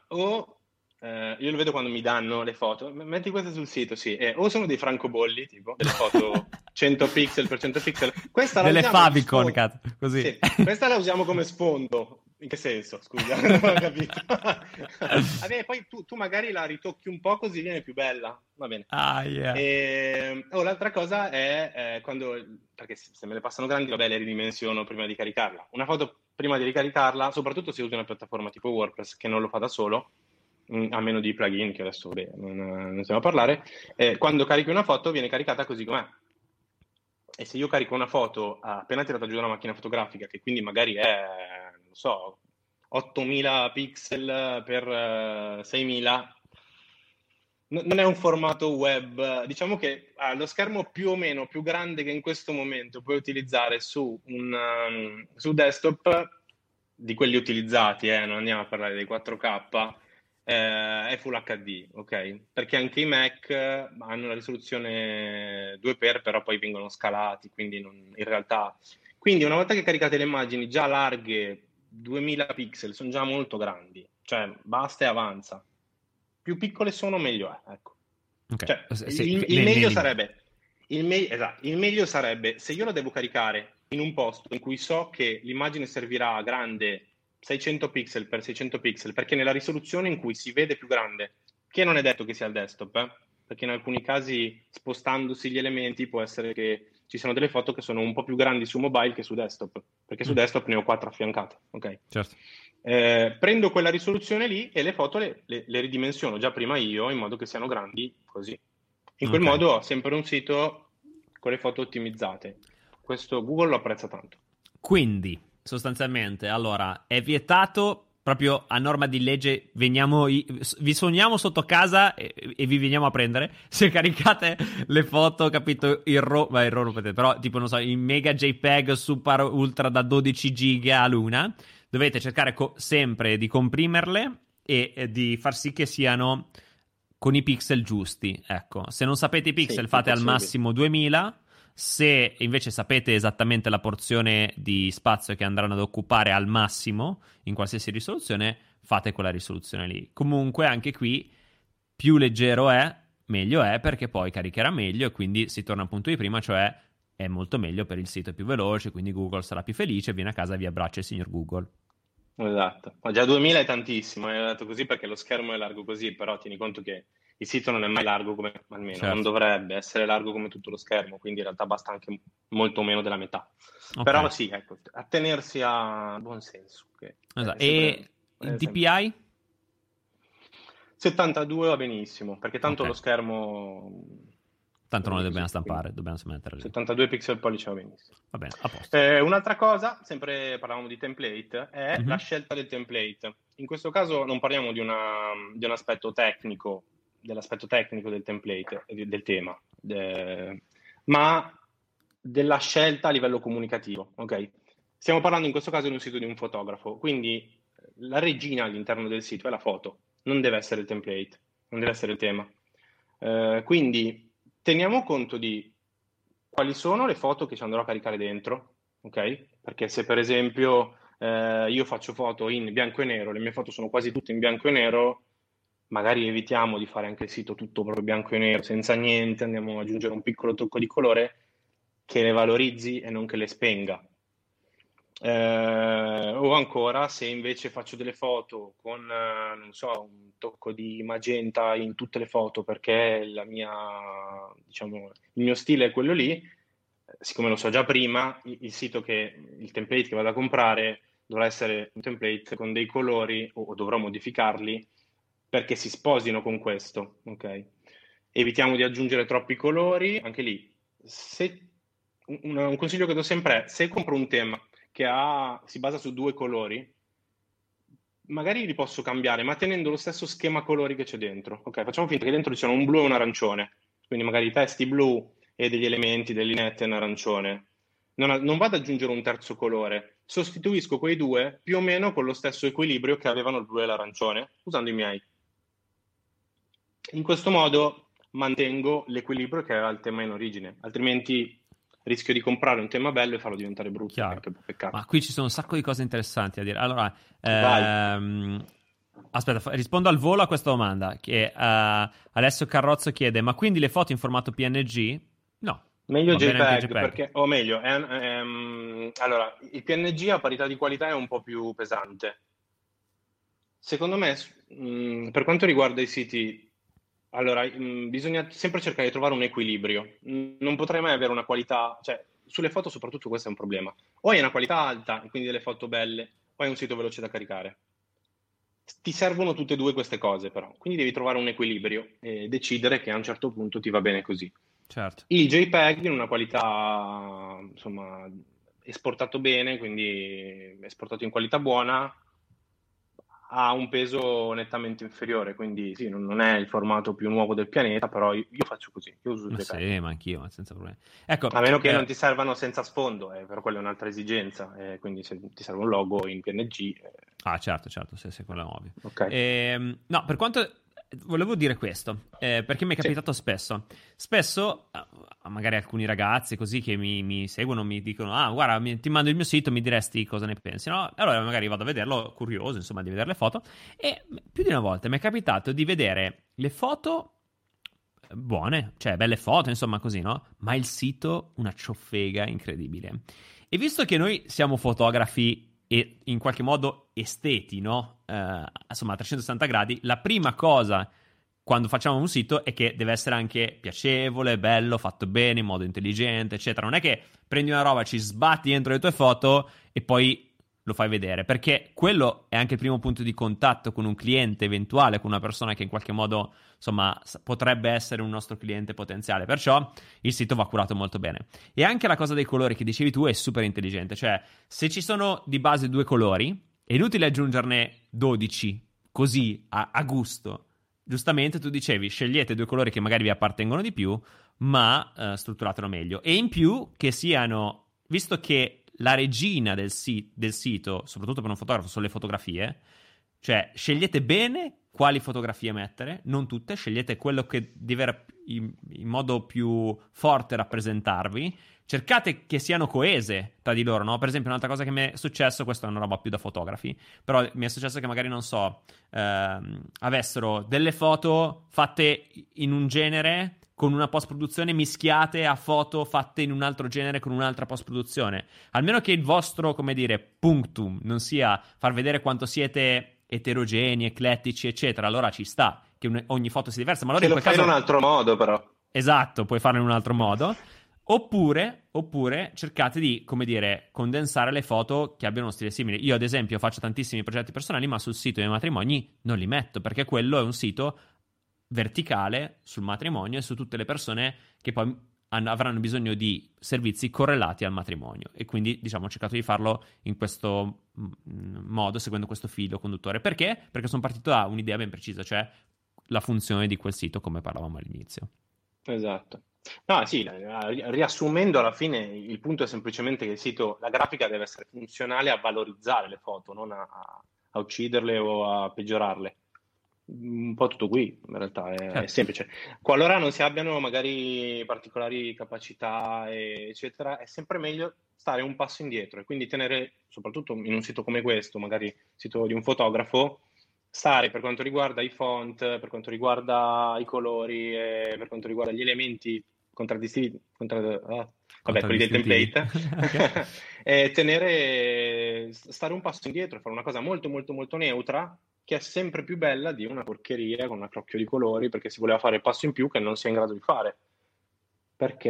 io lo vedo quando mi danno le foto, metti queste sul sito, sì, o sono dei francobolli, tipo, delle foto 100 pixel per 100 pixel, questa la Delle usiamo di favicon, sfondo, cazzo, così. sì, questa la usiamo come sfondo, in che senso, scusa, non ho capito. Vabbè, poi tu magari la ritocchi un po' così viene più bella, va bene. Ah, yeah. L'altra cosa è quando, perché se me le passano grandi, vabbè, le ridimensiono prima di caricarla. Una foto prima di ricaricarla, soprattutto se usi una piattaforma tipo WordPress che non lo fa da solo, a meno di plugin, che adesso vabbè, non stiamo a parlare, quando carichi una foto viene caricata così com'è. E se io carico una foto appena tirata giù dalla macchina fotografica, che quindi magari è, non so, 8000 pixel per 6000, non è un formato web, diciamo che ha lo schermo più o meno più grande che in questo momento puoi utilizzare su desktop, di quelli utilizzati, non andiamo a parlare dei 4K, è Full HD, ok? Perché anche i Mac hanno la risoluzione 2x, però poi vengono scalati, quindi in realtà... Quindi una volta che caricate le immagini già larghe 2000 pixel, sono già molto grandi, cioè basta e avanza. Più piccole sono, meglio è, ecco. Ok, Cioè, sì, il meglio sarebbe, esatto, il meglio sarebbe se io lo devo caricare in un posto in cui so che l'immagine servirà grande 600 pixel per 600 pixel, perché nella risoluzione in cui si vede più grande, che non è detto che sia il desktop, perché in alcuni casi spostandosi gli elementi può essere che ci siano delle foto che sono un po' più grandi su mobile che su desktop, perché su desktop ne ho 4 affiancate, ok? certo. Prendo quella risoluzione lì e le foto le ridimensiono già prima io in modo che siano grandi così. In quel Ok. modo ho sempre un sito con le foto ottimizzate. Questo Google lo apprezza tanto. Quindi, sostanzialmente, allora, è vietato proprio a norma di legge vi sogniamo sotto casa e vi veniamo a prendere se caricate le foto, capito, il RAW non potete, però tipo non so, in mega JPEG super ultra da 12 giga l'una, dovete cercare sempre di comprimerle e di far sì che siano con i pixel giusti. Ecco, se non sapete i pixel fate al massimo 2000. Se invece sapete esattamente la porzione di spazio che andranno ad occupare al massimo in qualsiasi risoluzione, fate quella risoluzione lì. Comunque anche qui più leggero è, meglio è, perché poi caricherà meglio e quindi si torna al punto di prima, cioè è molto meglio per il sito, è più veloce, quindi Google sarà più felice, viene a casa e vi abbraccia il signor Google. Esatto, ma già 2000 è tantissimo, hai detto così perché lo schermo è largo così, però tieni conto che il sito non è mai largo come, almeno Certo. non dovrebbe essere largo come tutto lo schermo, quindi in realtà basta anche molto meno della metà. Okay. Però sì, ecco, attenersi a buon senso. Esatto. E il DPI? 72 va benissimo, perché tanto Ok. lo schermo... Tanto non le dobbiamo stampare, dobbiamo mettere lì. 72 pixel pollice va benissimo. Va bene, a posto. Un'altra cosa, sempre parlavamo di template, è la scelta del template. In questo caso non parliamo di un aspetto tecnico, dell'aspetto tecnico del template, del tema, ma della scelta a livello comunicativo, ok? Stiamo parlando in questo caso di un sito di un fotografo, quindi la regina all'interno del sito è la foto, non deve essere il template, non deve essere il tema. Quindi teniamo conto di quali sono le foto che ci andrò a caricare dentro, ok? Perché se per esempio io faccio foto in bianco e nero, le mie foto sono quasi tutte in bianco e nero, magari evitiamo di fare anche il sito tutto proprio bianco e nero, senza niente, andiamo ad aggiungere un piccolo tocco di colore che le valorizzi e non che le spenga. O ancora, se invece faccio delle foto con, non so, un tocco di magenta in tutte le foto perché diciamo, il mio stile è quello lì, siccome lo so già prima, il template che vado a comprare dovrà essere un template con dei colori o dovrò modificarli perché si sposino con questo, ok? Evitiamo di aggiungere troppi colori, anche lì. Un consiglio che do sempre è, se compro un tema che si basa su 2 colori, magari li posso cambiare, ma tenendo lo stesso schema colori che c'è dentro. Ok, facciamo finta che dentro ci siano un blu e un arancione, quindi magari i testi blu e degli elementi, delle linette in arancione. Non vado ad aggiungere un terzo colore, sostituisco quei due più o meno con lo stesso equilibrio che avevano il blu e l'arancione, usando i miei. In questo modo mantengo l'equilibrio che aveva il tema in origine, altrimenti rischio di comprare un tema bello e farlo diventare brutto. Chiaro. Peccato. Ma qui ci sono un sacco di cose interessanti a dire. Allora, aspetta, rispondo al volo a questa domanda che Alessio Carrozzo chiede: ma quindi le foto in formato PNG? No. Meglio JPEG, perché, o meglio, allora, il PNG a parità di qualità è un po' più pesante. Secondo me, per quanto riguarda i siti, allora, bisogna sempre cercare di trovare un equilibrio. Non potrei mai avere una qualità, cioè, sulle foto soprattutto questo è un problema. O hai una qualità alta, quindi delle foto belle, o hai un sito veloce da caricare. Ti servono tutte e due queste cose, però. Quindi devi trovare un equilibrio e decidere che a un certo punto ti va bene così. Certo. Il JPEG in una qualità, insomma, esportato bene, quindi esportato in qualità buona, ha un peso nettamente inferiore, quindi sì, non è il formato più nuovo del pianeta, però io faccio così, io uso il JPEG. Sì, ma anch'io, ma senza problemi. Ecco, a meno che non ti servano senza sfondo, però quella è un'altra esigenza, quindi se ti serve un logo in PNG... certo, se quello è ovvio. Okay. No, per quanto... Volevo dire questo, perché mi è capitato spesso, magari alcuni ragazzi così che mi seguono mi dicono: guarda, ti mando il mio sito, mi diresti cosa ne pensi, no? Allora magari vado a vederlo, curioso insomma di vedere le foto, e più di una volta mi è capitato di vedere le foto buone, cioè belle foto insomma così, no? Ma il sito una ciofega incredibile. E visto che noi siamo fotografi e in qualche modo esteti, no? Insomma, a 360 gradi, la prima cosa quando facciamo un sito è che deve essere anche piacevole, bello, fatto bene, in modo intelligente, eccetera. Non è che prendi una roba, ci sbatti dentro le tue foto e poi lo fai vedere, perché quello è anche il primo punto di contatto con un cliente eventuale, con una persona che in qualche modo, insomma, potrebbe essere un nostro cliente potenziale. Perciò il sito va curato molto bene. E anche la cosa dei colori che dicevi tu è super intelligente, cioè se ci sono di base 2 colori, È inutile aggiungerne 12 così a gusto. Giustamente tu dicevi, scegliete 2 colori che magari vi appartengono di più, ma strutturatelo meglio. E in più che siano, visto che la regina del sito, soprattutto per un fotografo, sono le fotografie, cioè scegliete bene quali fotografie mettere, non tutte, scegliete quello che deve in modo più forte rappresentarvi. Cercate che siano coese tra di loro, no? Per esempio, un'altra cosa che mi è successo, questa è una roba più da fotografi, però mi è successo che magari, non so, avessero delle foto fatte in un genere con una post-produzione mischiate a foto fatte in un altro genere con un'altra post-produzione. Almeno che il vostro, come dire, punctum non sia far vedere quanto siete eterogenei, eclettici, eccetera, allora ci sta che ogni foto sia diversa, ma allora Se in lo quel fai caso... in un altro modo, però. Esatto, puoi farlo in un altro modo. Oppure cercate di, come dire, condensare le foto che abbiano uno stile simile. Io, ad esempio, faccio tantissimi progetti personali, ma sul sito dei matrimoni non li metto, perché quello è un sito verticale sul matrimonio e su tutte le persone che poi avranno bisogno di servizi correlati al matrimonio. E quindi, diciamo, ho cercato di farlo in questo modo, seguendo questo filo conduttore. Perché? Perché sono partito da un'idea ben precisa, cioè la funzione di quel sito, come parlavamo all'inizio. Esatto. No, sì, riassumendo, alla fine il punto è semplicemente che il sito, la grafica deve essere funzionale a valorizzare le foto, non a ucciderle o a peggiorarle. Un po' tutto qui, in realtà è Certo. semplice. Qualora non si abbiano magari particolari capacità, eccetera, è sempre meglio stare un passo indietro e quindi tenere, soprattutto in un sito come questo, magari sito di un fotografo, stare per quanto riguarda i font, per quanto riguarda i colori, per quanto riguarda gli elementi contraddistintivi, vabbè, quelli del Contraddistintivi. template, Ok. stare un passo indietro, fare una cosa molto molto molto neutra, che è sempre più bella di una porcheria con un accrocchio di colori, perché si voleva fare il passo in più che non si è in grado di fare, perché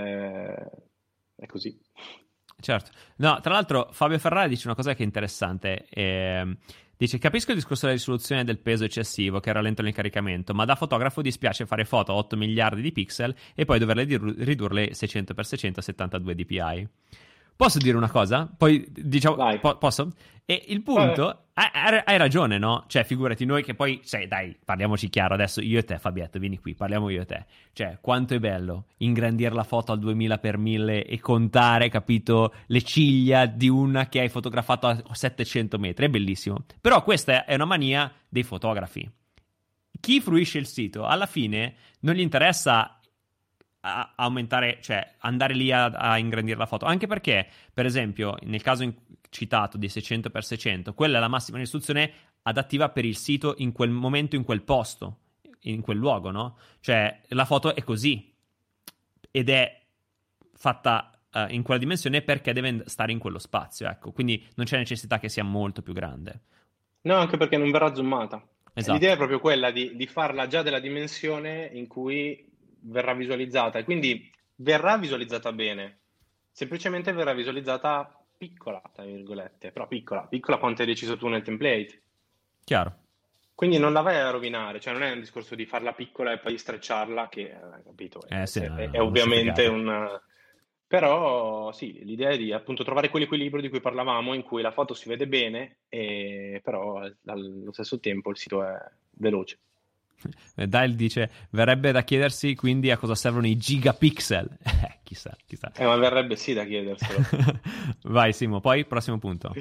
è così. Certo. No, tra l'altro Fabio Ferrara dice una cosa che è interessante. Dice: capisco il discorso della risoluzione del peso eccessivo che rallenta il caricamento, ma da fotografo dispiace fare foto a 8 miliardi di pixel e poi doverle ridurle 600x600 a 72 dpi. Posso dire una cosa? Poi diciamo, Vai. posso? E il Vabbè. punto, hai ragione, no? Cioè, figurati noi che poi, cioè, dai, parliamoci chiaro adesso, io e te, Fabietto, vieni qui, parliamo io e te. Cioè, quanto è bello ingrandire la foto al 2000x1000 e contare, capito, le ciglia di una che hai fotografato a 700 metri, è bellissimo. Però questa è una mania dei fotografi. Chi fruisce il sito, alla fine, non gli interessa aumentare, cioè andare lì a ingrandire la foto, anche perché, per esempio, nel caso citato di 600x600, quella è la massima risoluzione adattiva per il sito in quel momento, in quel posto, in quel luogo, no? Cioè la foto è così ed è fatta in quella dimensione perché deve stare in quello spazio, ecco, quindi non c'è necessità che sia molto più grande. No, anche perché non verrà zoomata. L'idea Esatto, è proprio quella di farla già della dimensione in cui verrà visualizzata e quindi verrà visualizzata bene, semplicemente verrà visualizzata piccola, tra virgolette, però piccola, piccola quanto hai deciso tu nel template. chiaro. Quindi non la vai a rovinare, cioè non è un discorso di farla piccola e poi strecciarla, che, capito, Sì, no, è una ovviamente schifegata. un... Però sì, l'idea è di appunto trovare quell'equilibrio di cui parlavamo, in cui la foto si vede bene, però allo stesso tempo il sito è veloce. Dyle dice: verrebbe da chiedersi quindi a cosa servono i gigapixel. Chissà, chissà. Ma verrebbe sì da chiederselo. Vai, Simo, poi prossimo punto.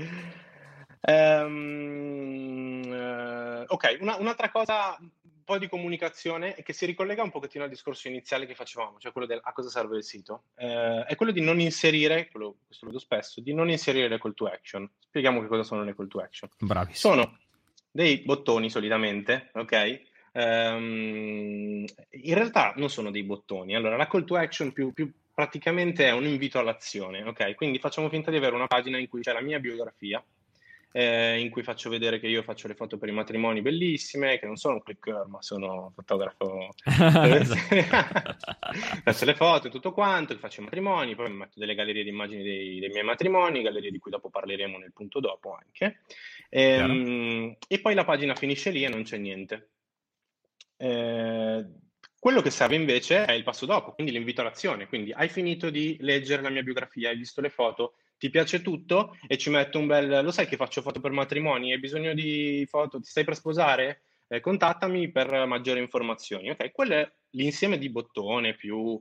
Ok, un'altra cosa, un po' di comunicazione che si ricollega un pochettino al discorso iniziale che facevamo, cioè quello del a cosa serve il sito, è quello di non inserire, questo lo vedo spesso, di non inserire le call to action. Spieghiamo che cosa sono le call to action. Bravissimo. Sono dei bottoni solitamente, ok? In realtà non sono dei bottoni. Allora, la call to action più praticamente è un invito all'azione, ok? Quindi facciamo finta di avere una pagina in cui c'è la mia biografia, in cui faccio vedere che io faccio le foto per i matrimoni bellissime, che non sono un clicker, ma sono fotografo. Esatto. Faccio le foto e tutto quanto, che faccio i matrimoni, poi metto delle gallerie di immagini dei miei matrimoni, gallerie di cui dopo parleremo nel punto dopo anche. Chiaro? E poi la pagina finisce lì e non c'è niente. Quello che serve invece è il passo dopo, quindi l'invito all'azione. Quindi hai finito di leggere la mia biografia, hai visto le foto, ti piace tutto e ci metto un bel, lo sai che faccio foto per matrimoni, hai bisogno di foto, ti stai per sposare? Contattami per maggiori informazioni. Ok, quello è l'insieme di bottone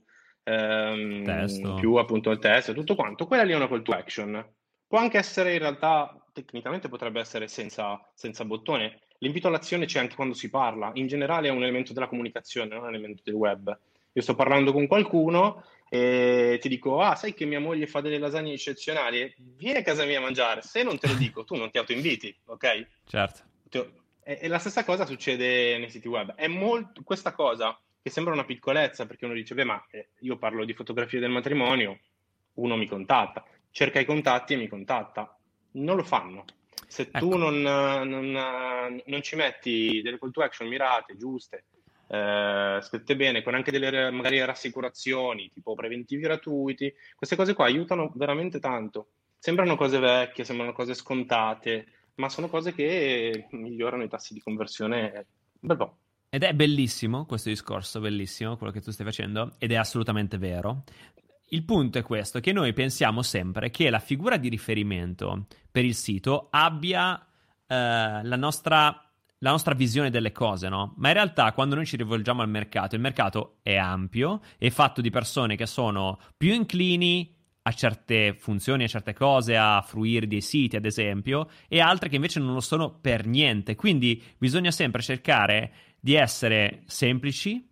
Testo. più appunto il testo e tutto quanto. Quella lì è una call to action. Può anche essere in realtà, tecnicamente potrebbe essere senza bottone. L'invito all'azione c'è anche quando si parla. In generale è un elemento della comunicazione, non un elemento del web. Io sto parlando con qualcuno e ti dico, ah, sai che mia moglie fa delle lasagne eccezionali? Vieni a casa mia a mangiare. Se non te lo dico, tu non ti autoinviti, ok? Certo. E la stessa cosa succede nei siti web. È molto, questa cosa che sembra una piccolezza, perché uno dice, beh, ma io parlo di fotografie del matrimonio, uno mi contatta, cerca i contatti e mi contatta. Non lo fanno. Se tu Ecco. non ci metti delle call to action mirate, giuste, scritte bene, con anche delle magari rassicurazioni, tipo preventivi gratuiti, queste cose qua aiutano veramente tanto. Sembrano cose vecchie, sembrano cose scontate, ma sono cose che migliorano i tassi di conversione un bel po'. Ed è bellissimo questo discorso, bellissimo quello che tu stai facendo, ed è assolutamente vero. Il punto è questo, che noi pensiamo sempre che la figura di riferimento per il sito abbia la nostra visione delle cose, no? Ma in realtà quando noi ci rivolgiamo al mercato, il mercato è ampio, è fatto di persone che sono più inclini a certe funzioni, a certe cose, a fruire dei siti, ad esempio, e altre che invece non lo sono per niente. Quindi bisogna sempre cercare di essere semplici,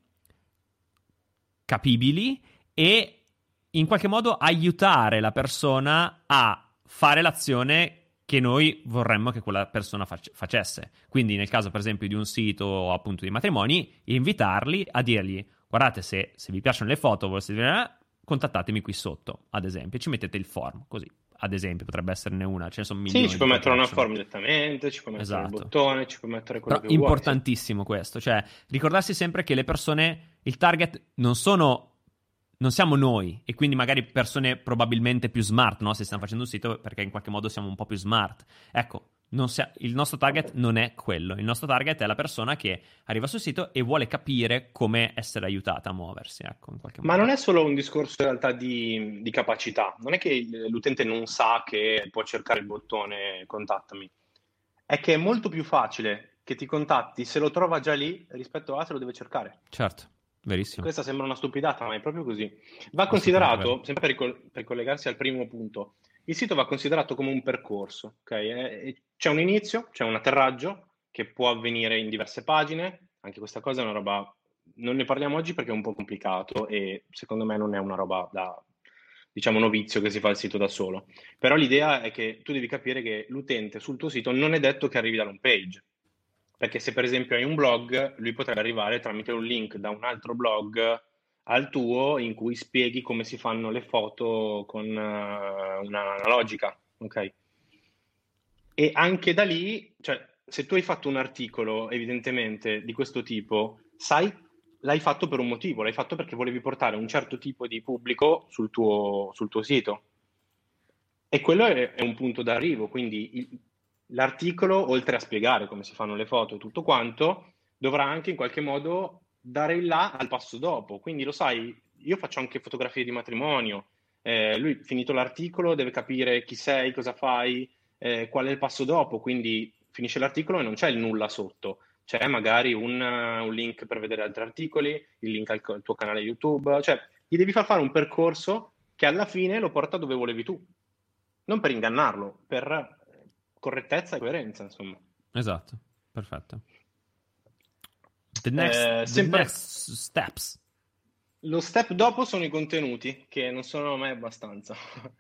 capibili e in qualche modo aiutare la persona a fare l'azione che noi vorremmo che quella persona facesse. Quindi nel caso per esempio di un sito appunto di matrimoni, invitarli a dirgli guardate se vi piacciono le foto, contattatemi qui sotto, ad esempio, ci mettete il form, così, ad esempio, potrebbe esserne una, ce ne sono Sì, milioni ci di puoi call to mettere una action. form direttamente, ci puoi mettere il Esatto. bottone, ci puoi mettere quello Però che vuoi. Sì. importantissimo questo, cioè ricordarsi sempre che le persone, il target non siamo noi e quindi magari persone probabilmente più smart, no? Se stiamo facendo un sito perché in qualche modo siamo un po' più smart. Ecco, il nostro target non è quello, il nostro target è la persona che arriva sul sito e vuole capire come essere aiutata a muoversi, ecco, in qualche Ma modo. non è solo un discorso in realtà di capacità, non è che l'utente non sa che può cercare il bottone contattami, è che è molto più facile che ti contatti se lo trova già lì rispetto a se lo deve cercare. Certo, verissimo, Questa sembra una stupidata, ma è proprio così. Va assolutamente vero. considerato, sempre per collegarsi al primo punto, il sito va considerato come un percorso, ok? C'è un inizio, c'è un atterraggio che può avvenire in diverse pagine, anche questa cosa è una roba, non ne parliamo oggi perché è un po' complicato e secondo me non è una roba da, diciamo, novizio che si fa il sito da solo. Però l'idea è che tu devi capire che l'utente sul tuo sito non è detto che arrivi dall'home page. Perché se per esempio hai un blog, lui potrebbe arrivare tramite un link da un altro blog al tuo in cui spieghi come si fanno le foto con una analogica, ok? E anche da lì, cioè, se tu hai fatto un articolo evidentemente di questo tipo, sai, l'hai fatto per un motivo, l'hai fatto perché volevi portare un certo tipo di pubblico sul tuo sito. E quello è un punto d'arrivo, quindi l'articolo, oltre a spiegare come si fanno le foto e tutto quanto, dovrà anche in qualche modo dare il là al passo dopo. Quindi lo sai, io faccio anche fotografie di matrimonio, lui finito l'articolo deve capire chi sei, cosa fai, qual è il passo dopo, quindi finisce l'articolo e non c'è il nulla sotto. C'è magari un link per vedere altri articoli, il link al tuo canale YouTube, cioè gli devi far fare un percorso che alla fine lo porta dove volevi tu, non per ingannarlo, per correttezza e coerenza, insomma. Esatto, perfetto. The Sempre next steps. lo step dopo sono i contenuti, che non sono mai abbastanza.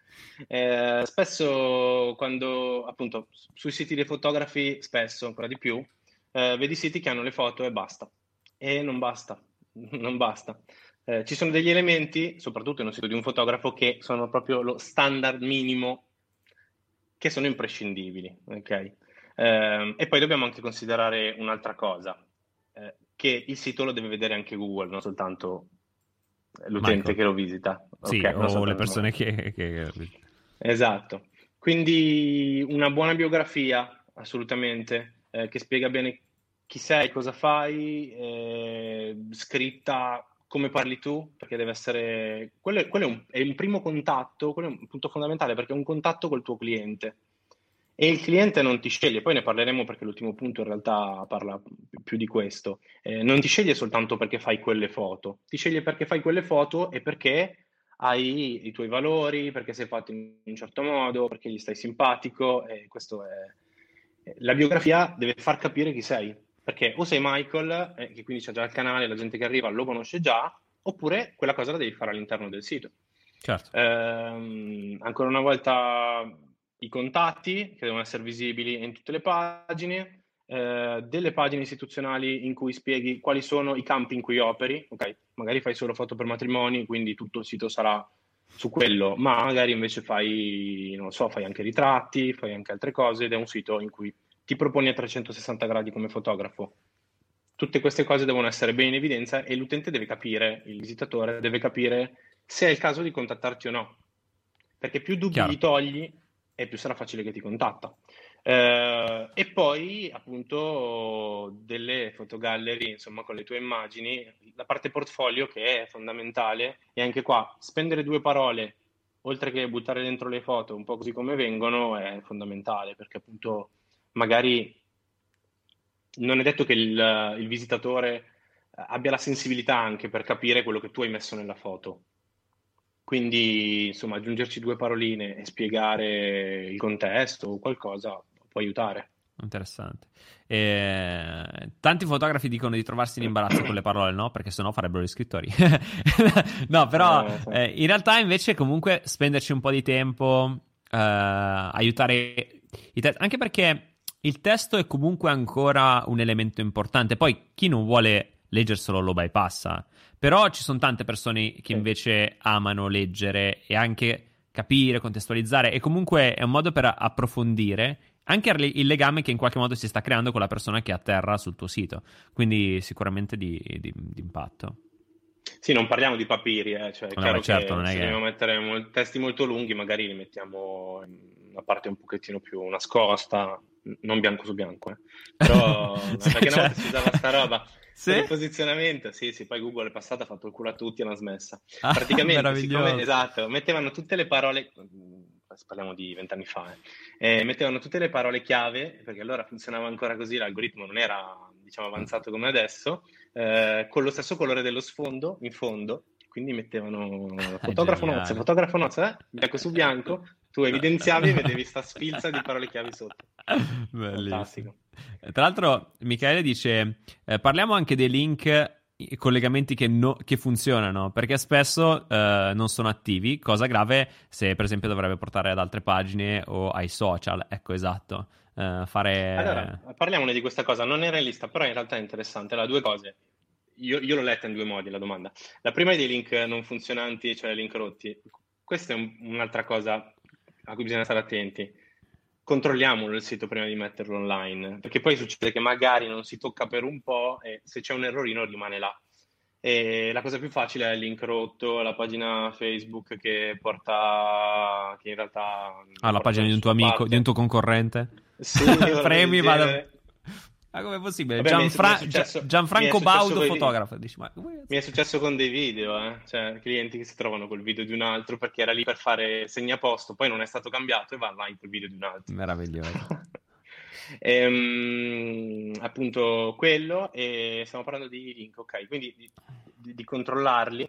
Spesso quando, appunto, sui siti dei fotografi, spesso ancora di più, vedi siti che hanno le foto e basta. E non basta, non basta. Ci sono degli elementi, soprattutto in un sito di un fotografo, che sono proprio lo standard minimo, che sono imprescindibili, ok? E poi dobbiamo anche considerare un'altra cosa, che il sito lo deve vedere anche Google, non soltanto l'utente Michael. che lo visita, ok? Sì, Non o le soltanto persone Michael. che... Esatto. Quindi una buona biografia, assolutamente, che spiega bene chi sei, cosa fai, scritta come parli tu, perché deve essere... quello è un primo contatto, quello è un punto fondamentale, perché è un contatto col tuo cliente. E il cliente non ti sceglie, poi ne parleremo perché l'ultimo punto in realtà parla più di questo. Non ti sceglie soltanto perché fai quelle foto, ti sceglie perché fai quelle foto e perché hai i tuoi valori, perché sei fatto in un certo modo, perché gli stai simpatico, e questo è... La biografia deve far capire chi sei, perché o sei Michael, che quindi c'è già il canale, la gente che arriva lo conosce già, oppure quella cosa la devi fare all'interno del sito. Certo. Ancora una volta i contatti che devono essere visibili in tutte le pagine, delle pagine istituzionali in cui spieghi quali sono i campi in cui operi, ok? Magari fai solo foto per matrimoni, quindi tutto il sito sarà su quello, ma magari invece fai, non lo so, fai anche ritratti, fai anche altre cose ed è un sito in cui ti proponi a 360 gradi come fotografo. Tutte queste cose devono essere bene in evidenza e l'utente deve capire, il visitatore deve capire se è il caso di contattarti o no. Perché più dubbi Chiaro. gli togli e più sarà facile che ti contatta. E poi appunto delle fotogallery, insomma, con le tue immagini, la parte portfolio che è fondamentale, e anche qua spendere due parole, oltre che buttare dentro le foto un po' così come vengono, è fondamentale, perché appunto magari non è detto che il visitatore abbia la sensibilità anche per capire quello che tu hai messo nella foto. Quindi, insomma, aggiungerci due paroline e spiegare il contesto o qualcosa può aiutare. Interessante. Tanti fotografi dicono di trovarsi in imbarazzo con le parole, no? Perché sennò farebbero gli scrittori. No, però Sì. in realtà invece comunque spenderci un po' di tempo, aiutare anche perché il testo è comunque ancora un elemento importante. Poi chi non vuole leggerselo lo bypassa. Però ci sono tante persone che Sì. invece amano leggere e anche capire, contestualizzare, e comunque è un modo per approfondire anche il legame che in qualche modo si sta creando con la persona che atterra sul tuo sito. Quindi sicuramente di impatto. Sì, non parliamo di papiri, cioè è No, ma chiaro certo, che non è se dobbiamo che... mettere testi molto lunghi, magari li mettiamo in una parte un pochettino più nascosta, non bianco su bianco, eh. Però Sì, perché una cioè... volta si usava sta roba per Sì? il posizionamento, sì, sì, poi Google è passata, ha fatto il culo a tutti e l'ha smessa. Ah, Praticamente, siccome, meraviglioso. esatto, mettevano tutte le parole, parliamo di 20 anni fa, mettevano tutte le parole chiave, perché allora funzionava ancora così, l'algoritmo non era, diciamo, avanzato come adesso, con lo stesso colore dello sfondo, in fondo, quindi mettevano È geniale. fotografo nozze, bianco su bianco, tu evidenziavi e vedevi sta sfilza di parole chiave sotto. Bellissimo. Fantastico. Tra l'altro, Michele dice: parliamo anche dei link e collegamenti che funzionano, perché spesso non sono attivi, cosa grave se per esempio dovrebbe portare ad altre pagine o ai social. Ecco, esatto. Allora, Fare... parliamone di questa cosa, non era in lista, però in realtà è interessante. Allora, due cose. Io l'ho letta in due modi la domanda. La prima è dei link non funzionanti, cioè link rotti. Questa è un'altra cosa a cui bisogna stare attenti. Controlliamolo il sito prima di metterlo online, perché poi succede che magari non si tocca per un po' e se c'è un errorino rimane là. E la cosa più facile è il link rotto, la pagina Facebook che porta, che in realtà Ah, non la porta da pagina di un tuo nessuna amico, di un parte. tuo concorrente. Sì, o roba del Premi, vada... genere. Ma com'è possibile? Vabbè, mi è Gianfranco successo Baudo, fotografo. Dici, ma mi è successo con dei video, cioè clienti che si trovano col video di un altro perché era lì per fare segnaposto, poi non è stato cambiato e va là col video di un altro. meraviglioso. Appunto quello, e stiamo parlando di link, ok, quindi di controllarli.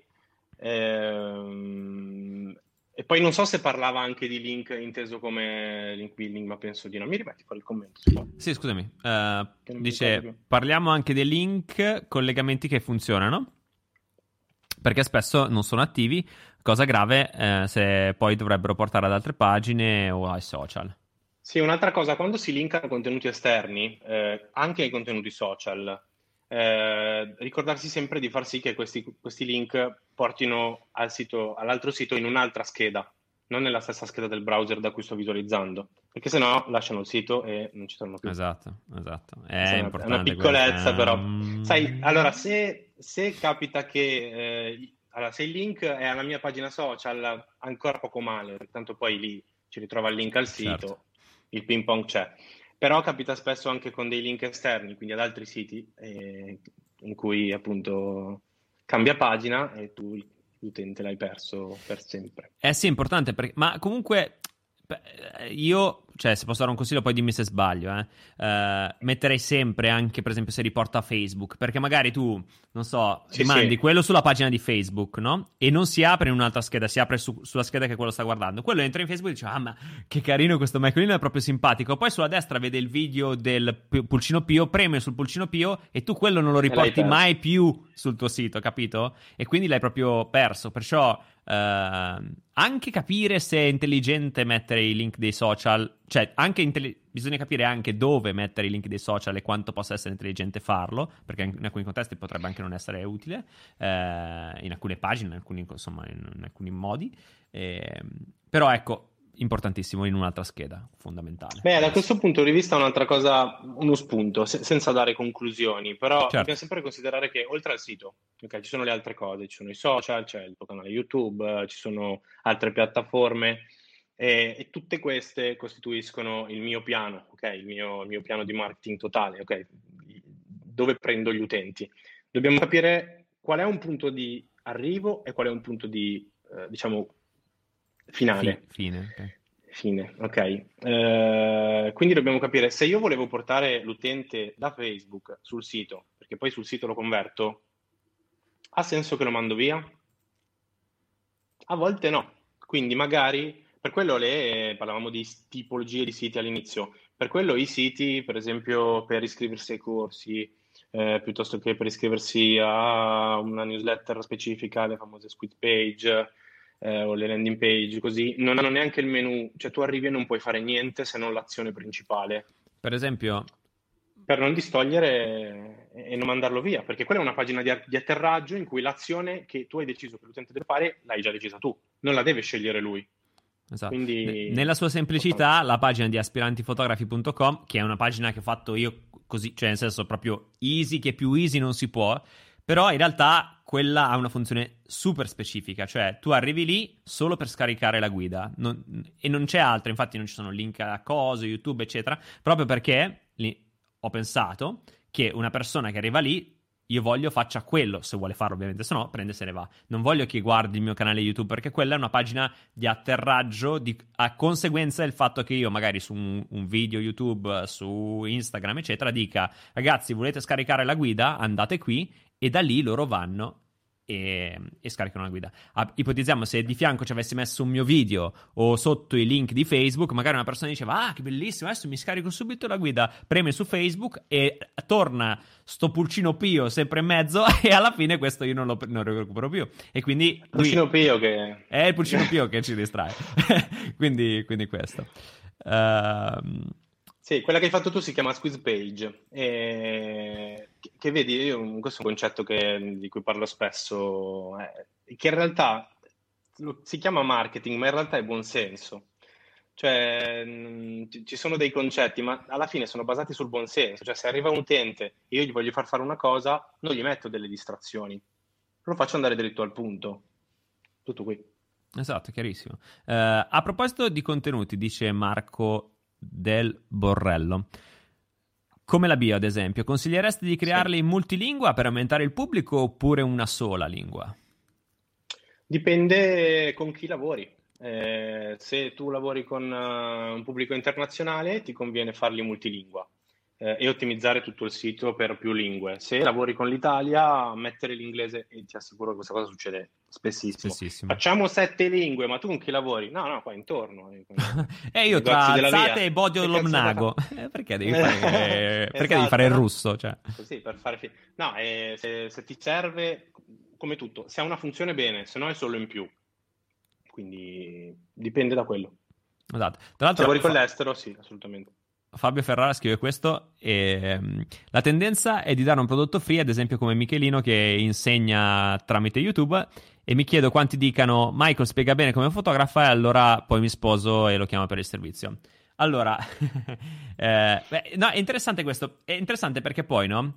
E poi non so se parlava anche di link inteso come link building, ma penso di no. Mi ripeti fuori il commento, se vuoi, Sì, scusami. che non mi ricordo Dice, più. parliamo anche dei link, collegamenti che funzionano, perché spesso non sono attivi, cosa grave se poi dovrebbero portare ad altre pagine o ai social. Sì, un'altra cosa, quando si linkano contenuti esterni, anche ai contenuti social, ricordarsi sempre di far sì che questi link portino all'altro sito in un'altra scheda, non nella stessa scheda del browser da cui sto visualizzando, perché sennò lasciano il sito e non ci tornano più. Esatto, esatto. È Questa è una importante questo. piccolezza, però. Sai, allora, se capita che allora, se il link è alla mia pagina social, ancora poco male, perché tanto poi lì ci ritrova il link al Certo. sito, il ping pong c'è. Però capita spesso anche con dei link esterni, quindi ad altri siti, in cui appunto cambia pagina e tu l'utente l'hai perso per sempre. Sì, è importante, ma comunque io, cioè, se posso dare un consiglio, poi dimmi se sbaglio, metterei sempre anche, per esempio, se riporta a Facebook, perché magari tu, non so, Sì, rimandi sì. quello sulla pagina di Facebook, no? E non si apre in un'altra scheda, si apre sulla scheda che quello sta guardando. Quello entra in Facebook e dice, ah, ma che carino questo Michaelino, è proprio simpatico. Poi sulla destra vede il video del pulcino Pio, preme sul pulcino Pio e tu quello non lo E l'hai riporti perso. mai più sul tuo sito, capito? E quindi l'hai proprio perso. Perciò anche capire se è intelligente mettere i link dei social, cioè bisogna capire anche dove mettere i link dei social e quanto possa essere intelligente farlo, perché in alcuni contesti potrebbe anche non essere utile, in alcune pagine, insomma, in alcuni modi. Però ecco, importantissimo in un'altra scheda, fondamentale. Beh, da questo punto di vista un'altra cosa, uno spunto, senza dare conclusioni, però dobbiamo Certo. sempre considerare che oltre al sito, ok, ci sono le altre cose, ci sono i social, c'è il tuo canale YouTube, ci sono altre piattaforme e tutte queste costituiscono il mio piano, ok, il mio piano di marketing totale, ok, dove prendo gli utenti. Dobbiamo capire qual è un punto di arrivo e qual è un punto di, diciamo, finale. Fine. Ok. Fine, ok. Quindi dobbiamo capire se io volevo portare l'utente da Facebook sul sito, perché poi sul sito lo converto, ha senso che lo mando via? A volte no. Quindi magari, per quello parlavamo di tipologie di siti all'inizio, per quello i siti, per esempio, per iscriversi ai corsi, piuttosto che per iscriversi a una newsletter specifica, le famose squid page, o le landing page, così, non hanno neanche il menu, cioè tu arrivi e non puoi fare niente se non l'azione principale, Per esempio, per non distogliere e non mandarlo via, perché quella è una pagina di atterraggio in cui l'azione che tu hai deciso che l'utente deve fare l'hai già decisa tu, non la deve scegliere lui. esatto. Quindi Nella sua importante. semplicità, la pagina di aspirantifotografi.com, che è una pagina che ho fatto io così, cioè nel senso proprio easy, che più easy non si può, però in realtà quella ha una funzione super specifica, cioè tu arrivi lì solo per scaricare la guida e non c'è altro, infatti non ci sono link a cose, YouTube, eccetera, proprio perché ho pensato che una persona che arriva lì io voglio faccia quello, se vuole farlo ovviamente, se no prende e se ne va. Non voglio che guardi il mio canale YouTube perché quella è una pagina di atterraggio a conseguenza del fatto che io magari su un video YouTube, su Instagram eccetera dica ragazzi volete scaricare la guida, andate qui e da lì loro vanno e scaricano la guida. Ipotizziamo se di fianco ci avessi messo un mio video o sotto i link di Facebook, magari una persona diceva ah che bellissimo, adesso mi scarico subito la guida, preme su Facebook e torna sto pulcino Pio sempre in mezzo e alla fine questo io non lo recupero più e quindi Pulcino Pio che... è il pulcino Pio che ci distrae. quindi questo. Sì, quella che hai fatto tu si chiama squeeze page, che vedi, questo è un concetto di cui parlo spesso, che in realtà si chiama marketing, ma in realtà è buonsenso. Cioè, ci sono dei concetti, ma alla fine sono basati sul buonsenso. Cioè, se arriva un utente e io gli voglio far fare una cosa, non gli metto delle distrazioni, lo faccio andare dritto al punto. Tutto qui. Esatto, chiarissimo. A proposito di contenuti, dice Marco del Borrello. Come la bio, ad esempio, consiglieresti di crearli Sì. in multilingua per aumentare il pubblico oppure una sola lingua? Dipende con chi lavori. Se tu lavori con un pubblico internazionale, ti conviene farli multilingua e ottimizzare tutto il sito per più lingue. Se lavori con l'Italia, mettere l'inglese, e ti assicuro che questa cosa succede spessissimo. Spessissimo. Facciamo 7 lingue, ma tu con chi lavori? No, qua intorno. E io tra Negozi della alzate via. e Bodio Che cazzo vuoi Lomnago. fare? Perché devi fare, perché devi fare il Esatto, no? russo? Cioè. Così, per fare... No, se ti serve, come tutto, se ha una funzione bene, se no è solo in più. Quindi dipende da quello. Esatto. Tra Se l'altro, lavori con l'estero, sì, assolutamente. Fabio Ferrara scrive questo e la tendenza è di dare un prodotto free, ad esempio come Michelino che insegna tramite YouTube e mi chiedo quanti dicano Michael spiega bene come fotografa e allora poi mi sposo e lo chiamo per il servizio. Allora, no, è interessante questo, è interessante perché poi, no?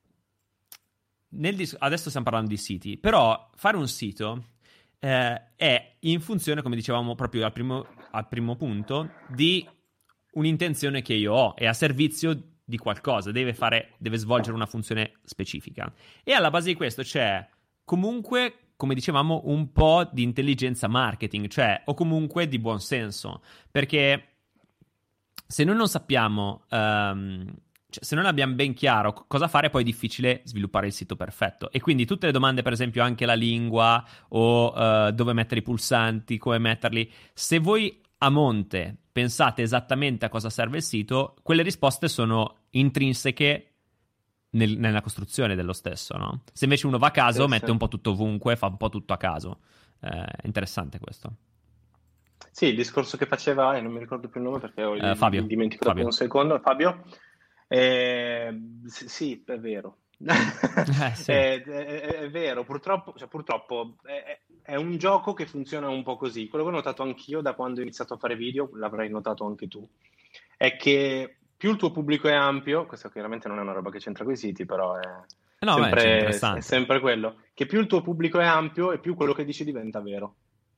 Adesso stiamo parlando di siti, però fare un sito è in funzione, come dicevamo proprio al primo punto, di un'intenzione che io ho, è a servizio di qualcosa, deve svolgere una funzione specifica. E alla base di questo c'è comunque, come dicevamo, un po' di intelligenza marketing, cioè, o comunque di buon senso, perché se noi non sappiamo, cioè, se non abbiamo ben chiaro cosa fare, poi è difficile sviluppare il sito perfetto. E quindi tutte le domande, per esempio, anche la lingua o dove mettere i pulsanti, come metterli, se voi a monte pensate esattamente a cosa serve il sito, quelle risposte sono intrinseche nella costruzione dello stesso, no? Se invece uno va a caso, Sì, mette sì. un po' tutto ovunque, fa un po' tutto a caso. È interessante questo. Sì, il discorso che faceva, e non mi ricordo più il nome perché ho il Fabio, dimenticato per Fabio. un secondo, Fabio. Sì, è vero. Sì. È vero, purtroppo, cioè, purtroppo è un gioco che funziona un po' così. Quello che ho notato anch'io da quando ho iniziato a fare video, l'avrai notato anche tu, è che più il tuo pubblico è ampio, questo chiaramente non è una roba che c'entra con i siti, però No, beh, cioè, è interessante. sempre quello, che più il tuo pubblico è ampio e più quello che dici diventa vero.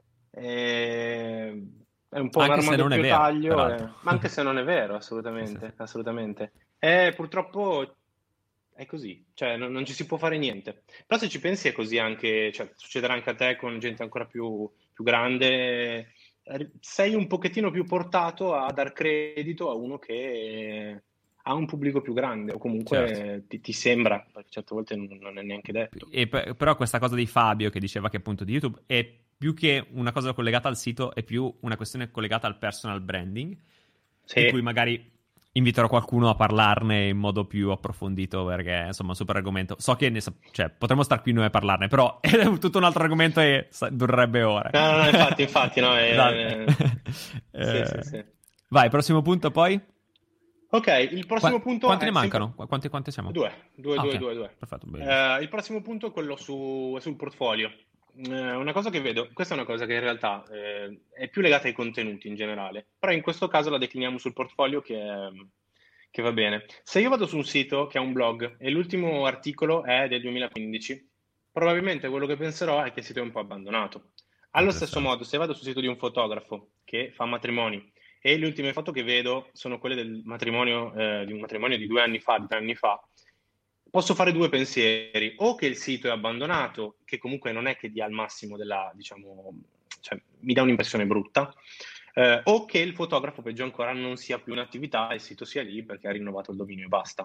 È un po' Anche un'arma a se non è doppio vero, taglio, peraltro. ma anche se non è vero, Sì, sì, sì. assolutamente, assolutamente. Purtroppo è così, cioè non ci si può fare niente. Però se ci pensi è così anche, cioè, succederà anche a te con gente ancora più grande, sei un pochettino più portato a dar credito a uno che ha un pubblico più grande, o Certo. comunque ti sembra, perché certe volte non è neanche detto. Però questa cosa di Fabio che diceva che appunto di YouTube è più che una cosa collegata al sito, è più una questione collegata al personal branding, di cui Sì. magari inviterò qualcuno a parlarne in modo più approfondito perché insomma è un super argomento. So che cioè, potremmo star qui noi a parlarne, però è tutto un altro argomento e durerebbe ore. No, no, no, infatti, no, Esatto. sì, sì, Eh, sì. vai, prossimo punto poi. Ok, il prossimo punto Quanti ne è sempre... mancano? Quante siamo? Due, due, Ah, due, ok. due, due. Perfetto, bellissimo. Il prossimo punto è quello sul portfolio. Una cosa che vedo, questa è una cosa che in realtà è più legata ai contenuti in generale, però in questo caso la decliniamo sul portfolio che va bene. Se io vado su un sito che ha un blog e l'ultimo articolo è del 2015, probabilmente quello che penserò è che il sito è un po' abbandonato. Allo stesso Interessante. modo, se vado sul sito di un fotografo che fa matrimoni e le ultime foto che vedo sono quelle del matrimonio, di un matrimonio di 2 anni fa, di 3 anni fa, posso fare due pensieri: o che il sito è abbandonato, che comunque non è che dia al massimo della, diciamo, cioè, mi dà un'impressione brutta, o che il fotografo, peggio ancora, non sia più in attività e il sito sia lì perché ha rinnovato il dominio e basta.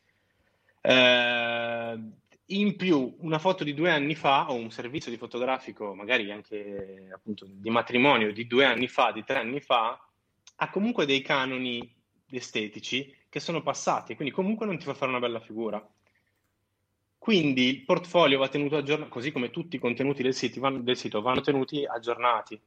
In più, una foto di 2 anni fa o un servizio di fotografico, magari anche appunto di matrimonio di 2 anni fa, di 3 anni fa, ha comunque dei canoni estetici che sono passati, quindi comunque non ti fa fare una bella figura. Quindi il portfolio va tenuto aggiornato, così come tutti i contenuti del sito vanno tenuti aggiornati.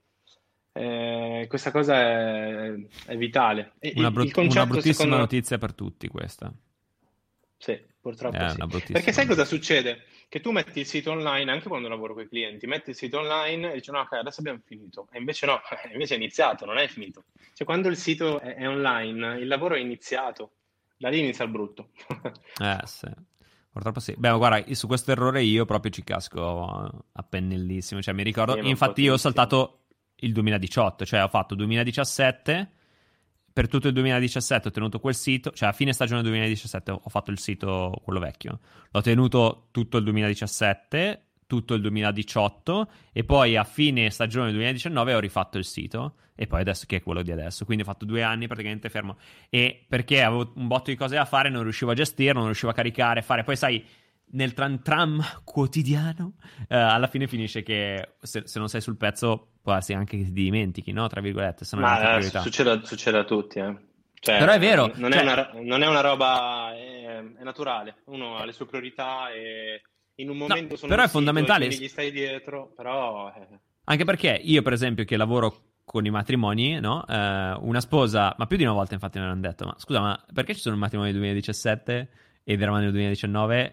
Questa cosa è vitale. E il Una concetto, bruttissima secondo me, notizia per tutti questa. sì, purtroppo È sì. una Perché bruttissima sai cosa notizia. succede? Che tu metti il sito online, anche quando lavoro con i clienti, metti il sito online e dici no, ok, adesso abbiamo finito. E invece no, invece è iniziato, non è finito. Cioè quando il sito è online, il lavoro è iniziato. Da lì inizia il brutto. Sì. Purtroppo sì. Beh, guarda, su questo errore io proprio ci casco a pennellissimo. Cioè, mi ricordo, Sì, ma un po' infatti io ho tutti. saltato il 2018, cioè ho fatto 2017, per tutto il 2017 ho tenuto quel sito, cioè a fine stagione 2017 ho fatto il sito, quello vecchio. L'ho tenuto tutto il 2017, tutto il 2018 e poi a fine stagione 2019 ho rifatto il sito e poi adesso che è quello di adesso. Quindi ho fatto 2 anni praticamente fermo e perché avevo un botto di cose da fare, non riuscivo a gestirlo, non riuscivo a caricare, fare. Poi sai, nel tram tram quotidiano, alla fine finisce che se non sei sul pezzo può darsi anche che ti dimentichi, no? Tra virgolette, se non hai altre Ma priorità. succede a tutti, eh. Però è Cioè, vero, non è cioè, non è una roba, è naturale. Uno ha le sue priorità e in un no, momento sono però un è sito e fondamentale. quindi gli stai dietro, però... Anche perché io, per esempio, che lavoro con i matrimoni, no? Una sposa, ma più di una volta infatti me l'hanno detto, ma scusa, ma perché ci sono i matrimoni del 2017 ed eravamo nel 2019?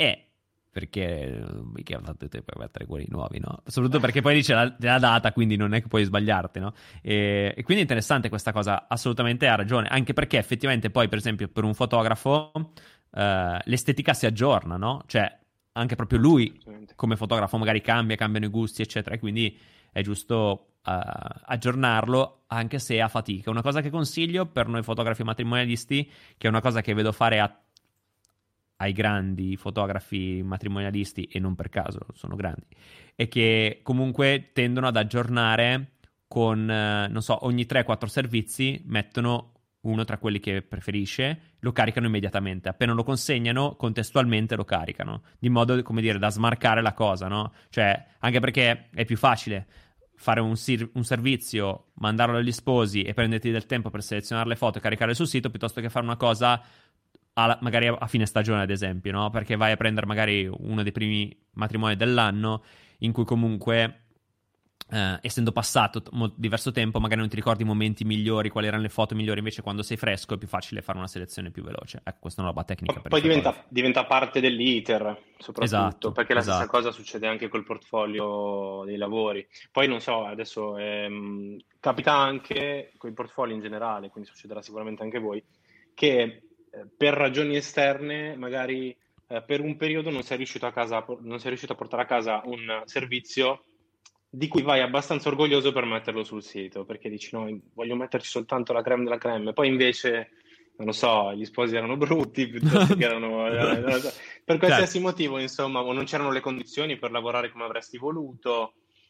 Perché mica fate te per mettere quelli nuovi, no? Soprattutto perché poi dice la data, quindi non è che puoi sbagliarti, no? E quindi è interessante questa cosa, assolutamente ha ragione, anche perché effettivamente poi, per esempio, per un fotografo l'estetica si aggiorna, no? Cioè, anche proprio lui Assolutamente. come fotografo magari cambiano i gusti, eccetera, e quindi è giusto aggiornarlo anche se a fatica. Una cosa che consiglio per noi fotografi matrimonialisti, che è una cosa che vedo fare a ai grandi fotografi matrimonialisti, e non per caso sono grandi, è che comunque tendono ad aggiornare con, non so, ogni 3-4 servizi mettono uno tra quelli che preferisce, lo caricano immediatamente. Appena lo consegnano, contestualmente lo caricano, di modo, come dire, da smarcare la cosa, no? Cioè, anche perché è più facile fare un servizio, mandarlo agli sposi e prenderti del tempo per selezionare le foto e caricarle sul sito, piuttosto che fare una cosa magari a fine stagione, ad esempio, no? Perché vai a prendere magari uno dei primi matrimoni dell'anno in cui comunque, essendo passato diverso tempo, magari non ti ricordi i momenti migliori, quali erano le foto migliori. Invece quando sei fresco è più facile fare una selezione più veloce. Ecco, questa è una roba tecnica per Poi i fotografi. diventa parte dell'iter, soprattutto, Esatto, perché la stessa esatto. cosa succede anche col portfolio dei lavori. Poi non so, adesso capita anche con i portfolio in generale, quindi succederà sicuramente anche a voi, che per ragioni esterne, magari per un periodo non sei riuscito non sei riuscito a portare a casa un servizio di cui vai abbastanza orgoglioso per metterlo sul sito, perché dici no, voglio metterci soltanto la creme della creme, poi invece, non lo so, gli sposi erano brutti, piuttosto che erano... non lo so, per qualsiasi Certo. motivo, insomma, o non c'erano le condizioni per lavorare come avresti voluto,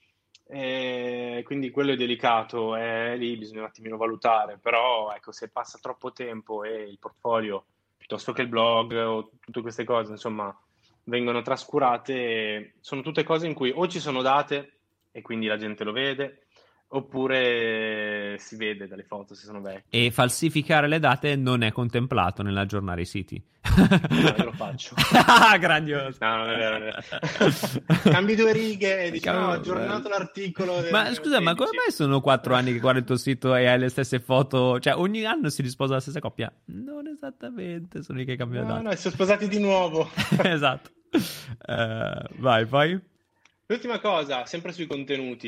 quindi quello è delicato, è lì bisogna un attimino valutare, però ecco, se passa troppo tempo e il portfolio, piuttosto che il blog o tutte queste cose, insomma, vengono trascurate, sono tutte cose in cui o ci sono date e quindi la gente lo vede, oppure si vede dalle foto se sono E vecchie. falsificare le date non è contemplato nell'aggiornare i siti. No, io lo faccio. Grandioso. No, non è vero, non è vero. Cambi due righe e dici no, ho aggiornato l'articolo del Ma scusa, ma come 2016. mai sono 4 anni che guardi il tuo sito e hai le stesse foto? Cioè, ogni anno si risposa la stessa coppia? Non esattamente, sono io che cambio le No, date. no, si sono sposati di nuovo. Esatto. Vai, poi. L'ultima cosa, sempre sui contenuti,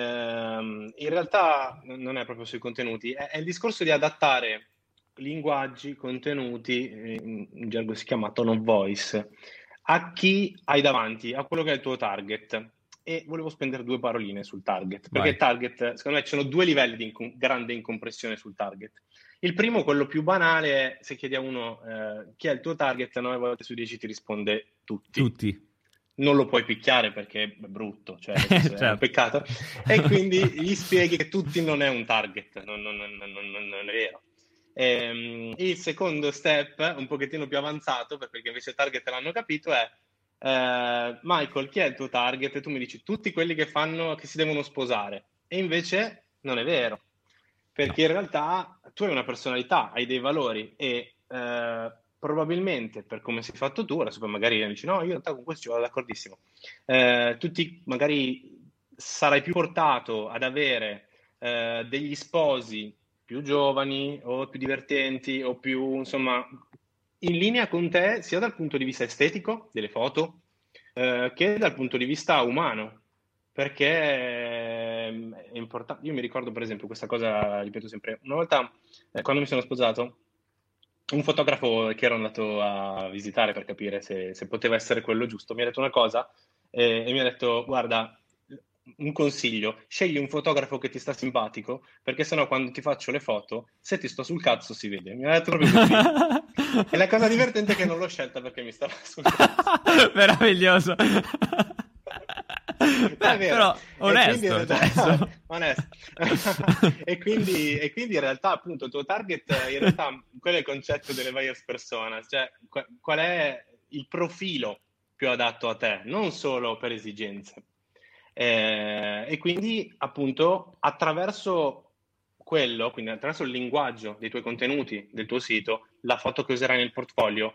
in realtà non è proprio sui contenuti, è il discorso di adattare linguaggi, contenuti, in gergo si chiama tone of voice, a chi hai davanti, a quello che è il tuo target. E volevo spendere due paroline sul target, perché il Vai. target, secondo me, ci sono due livelli di grande incompressione sul target. Il primo, quello più banale, se chiedi a uno chi è il tuo target, 9 volte su 10 ti risponde tutti. Tutti. Non lo puoi picchiare perché è brutto, cioè nel senso è un Certo. peccato, e quindi gli spieghi che tutti non è un target, non è vero. Il secondo step, un pochettino più avanzato, per quelli che invece il target l'hanno capito, è Michael, chi è il tuo target? E tu mi dici tutti quelli che si devono sposare. E invece non è vero, No. perché in realtà tu hai una personalità, hai dei valori e probabilmente per come sei fatto tu, adesso poi magari dici no, io in realtà con questo ci vado d'accordissimo, tutti magari sarai più portato ad avere degli sposi più giovani o più divertenti o più, insomma, in linea con te sia dal punto di vista estetico delle foto che dal punto di vista umano, perché è importante. Io mi ricordo, per esempio, questa cosa, ripeto sempre, una volta quando mi sono sposato, un fotografo che ero andato a visitare per capire se poteva essere quello giusto, mi ha detto una cosa e mi ha detto, guarda, un consiglio, scegli un fotografo che ti sta simpatico, perché sennò quando ti faccio le foto, se ti sto sul cazzo si vede. Mi ha detto proprio così. E la cosa divertente è che non l'ho scelta perché mi stava sul cazzo. Meraviglioso. È Beh, vero, però e quindi in onesto, cioè, realtà, onesto. E quindi in realtà appunto il tuo target, in realtà quello è il concetto delle buyers persona, cioè qual è il profilo più adatto a te, non solo per esigenze. E quindi appunto attraverso quello, quindi attraverso il linguaggio dei tuoi contenuti, del tuo sito, la foto che userai nel portfolio,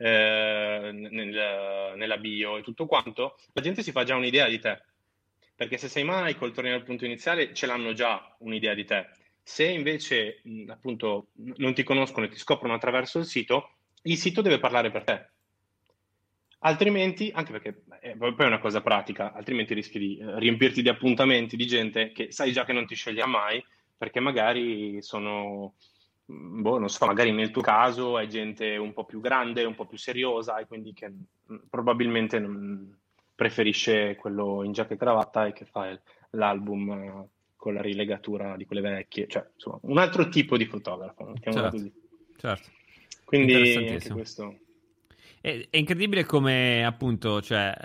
nella bio e tutto quanto, la gente si fa già un'idea di te. Perché se sei Michael, torni al punto iniziale, ce l'hanno già un'idea di te. Se invece, appunto, non ti conoscono e ti scoprono attraverso il sito deve parlare per te. Altrimenti, anche perché poi è una cosa pratica, altrimenti rischi di riempirti di appuntamenti di gente che sai già che non ti sceglierà mai, perché magari sono, boh, non so, magari nel tuo caso è gente un po' più grande, un po' più seriosa e quindi che probabilmente preferisce quello in giacca e cravatta e che fa l'album con la rilegatura di quelle vecchie, cioè insomma un altro tipo di fotografo, mettiamola certo, così. certo. Quindi anche Interessantissimo. questo. È incredibile come, appunto, cioè,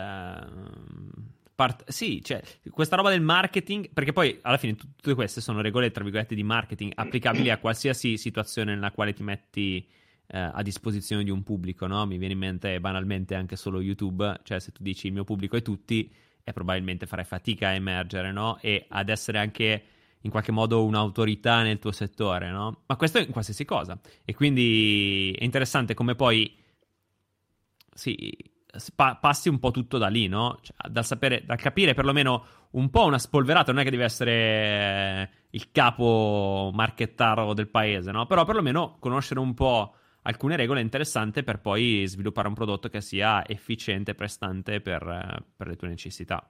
sì, cioè, questa roba del marketing, perché poi alla fine tutte queste sono regole, tra virgolette, di marketing applicabili a qualsiasi situazione nella quale ti metti a disposizione di un pubblico, no? Mi viene in mente banalmente anche solo YouTube, cioè se tu dici il mio pubblico è tutti, e probabilmente farai fatica a emergere, no? E ad essere anche in qualche modo un'autorità nel tuo settore, no? Ma questo è in qualsiasi cosa. E quindi è interessante come poi sì, passi un po' tutto da lì, no? Cioè, dal sapere, dal capire perlomeno un po' una spolverata, non è che devi essere il capo marchettaro del paese, no? Però perlomeno conoscere un po' alcune regole è interessante per poi sviluppare un prodotto che sia efficiente, prestante per le tue necessità.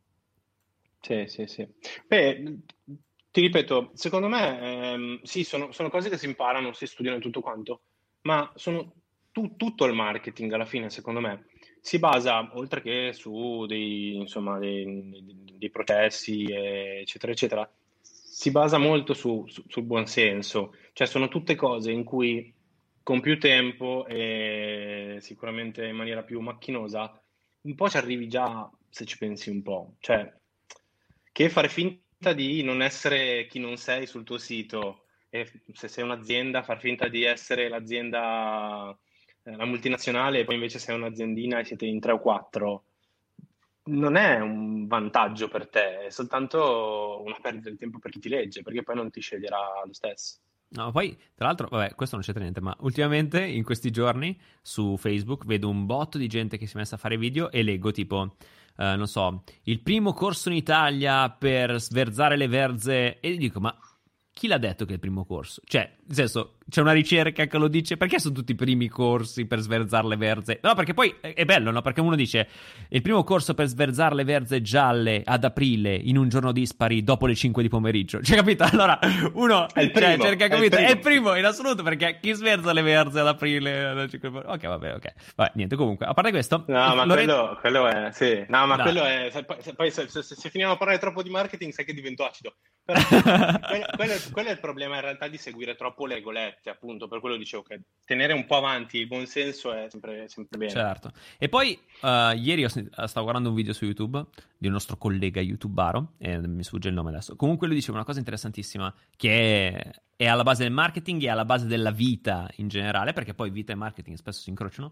Sì, sì, sì. Beh, ti ripeto, secondo me sì, sono cose che si imparano, si studiano e tutto quanto, ma sono tutto il marketing alla fine, secondo me, si basa, oltre che su insomma, dei processi, eccetera, eccetera, si basa molto sul buon senso, cioè sono tutte cose in cui con più tempo e sicuramente in maniera più macchinosa un po' ci arrivi già se ci pensi un po', cioè che fare finta di non essere chi non sei sul tuo sito e se sei un'azienda far finta di essere l'azienda, la multinazionale e poi invece sei un'aziendina e siete in tre o quattro, non è un vantaggio per te, è soltanto una perdita di tempo per chi ti legge, perché poi non ti sceglierà lo stesso. No, poi, tra l'altro, vabbè, questo non c'entra niente, ma ultimamente, in questi giorni, su Facebook, vedo un botto di gente che si è messa a fare video e leggo tipo, non so, il primo corso in Italia per sverzare le verze, e dico, ma chi l'ha detto che è il primo corso? Cioè, nel senso, c'è una ricerca che lo dice, perché sono tutti i primi corsi per sverzare le verze? No, perché poi è bello, no? Perché uno dice, il primo corso per sverzare le verze gialle ad aprile, in un giorno dispari, dopo le 5 di pomeriggio. Cioè, capito? Allora, uno È il primo, cerca, è il capito? primo. È il primo in assoluto, perché chi sverza le verze ad aprile? Ok, vabbè, ok. Vabbè, niente, comunque, a parte questo, No, ma quello è, sì, no, ma Dai. quello è, poi se finiamo a parlare troppo di marketing sai che divento acido, però quello è il problema in realtà di seguire troppo le regolette, appunto, per quello dicevo che tenere un po' avanti il buon senso è sempre bene. Certo. E poi ieri stavo guardando un video su YouTube di un nostro collega youtubaro, e mi sfugge il nome adesso. Comunque lui diceva una cosa interessantissima che è alla base del marketing e alla base della vita in generale, perché poi vita e marketing spesso si incrociano.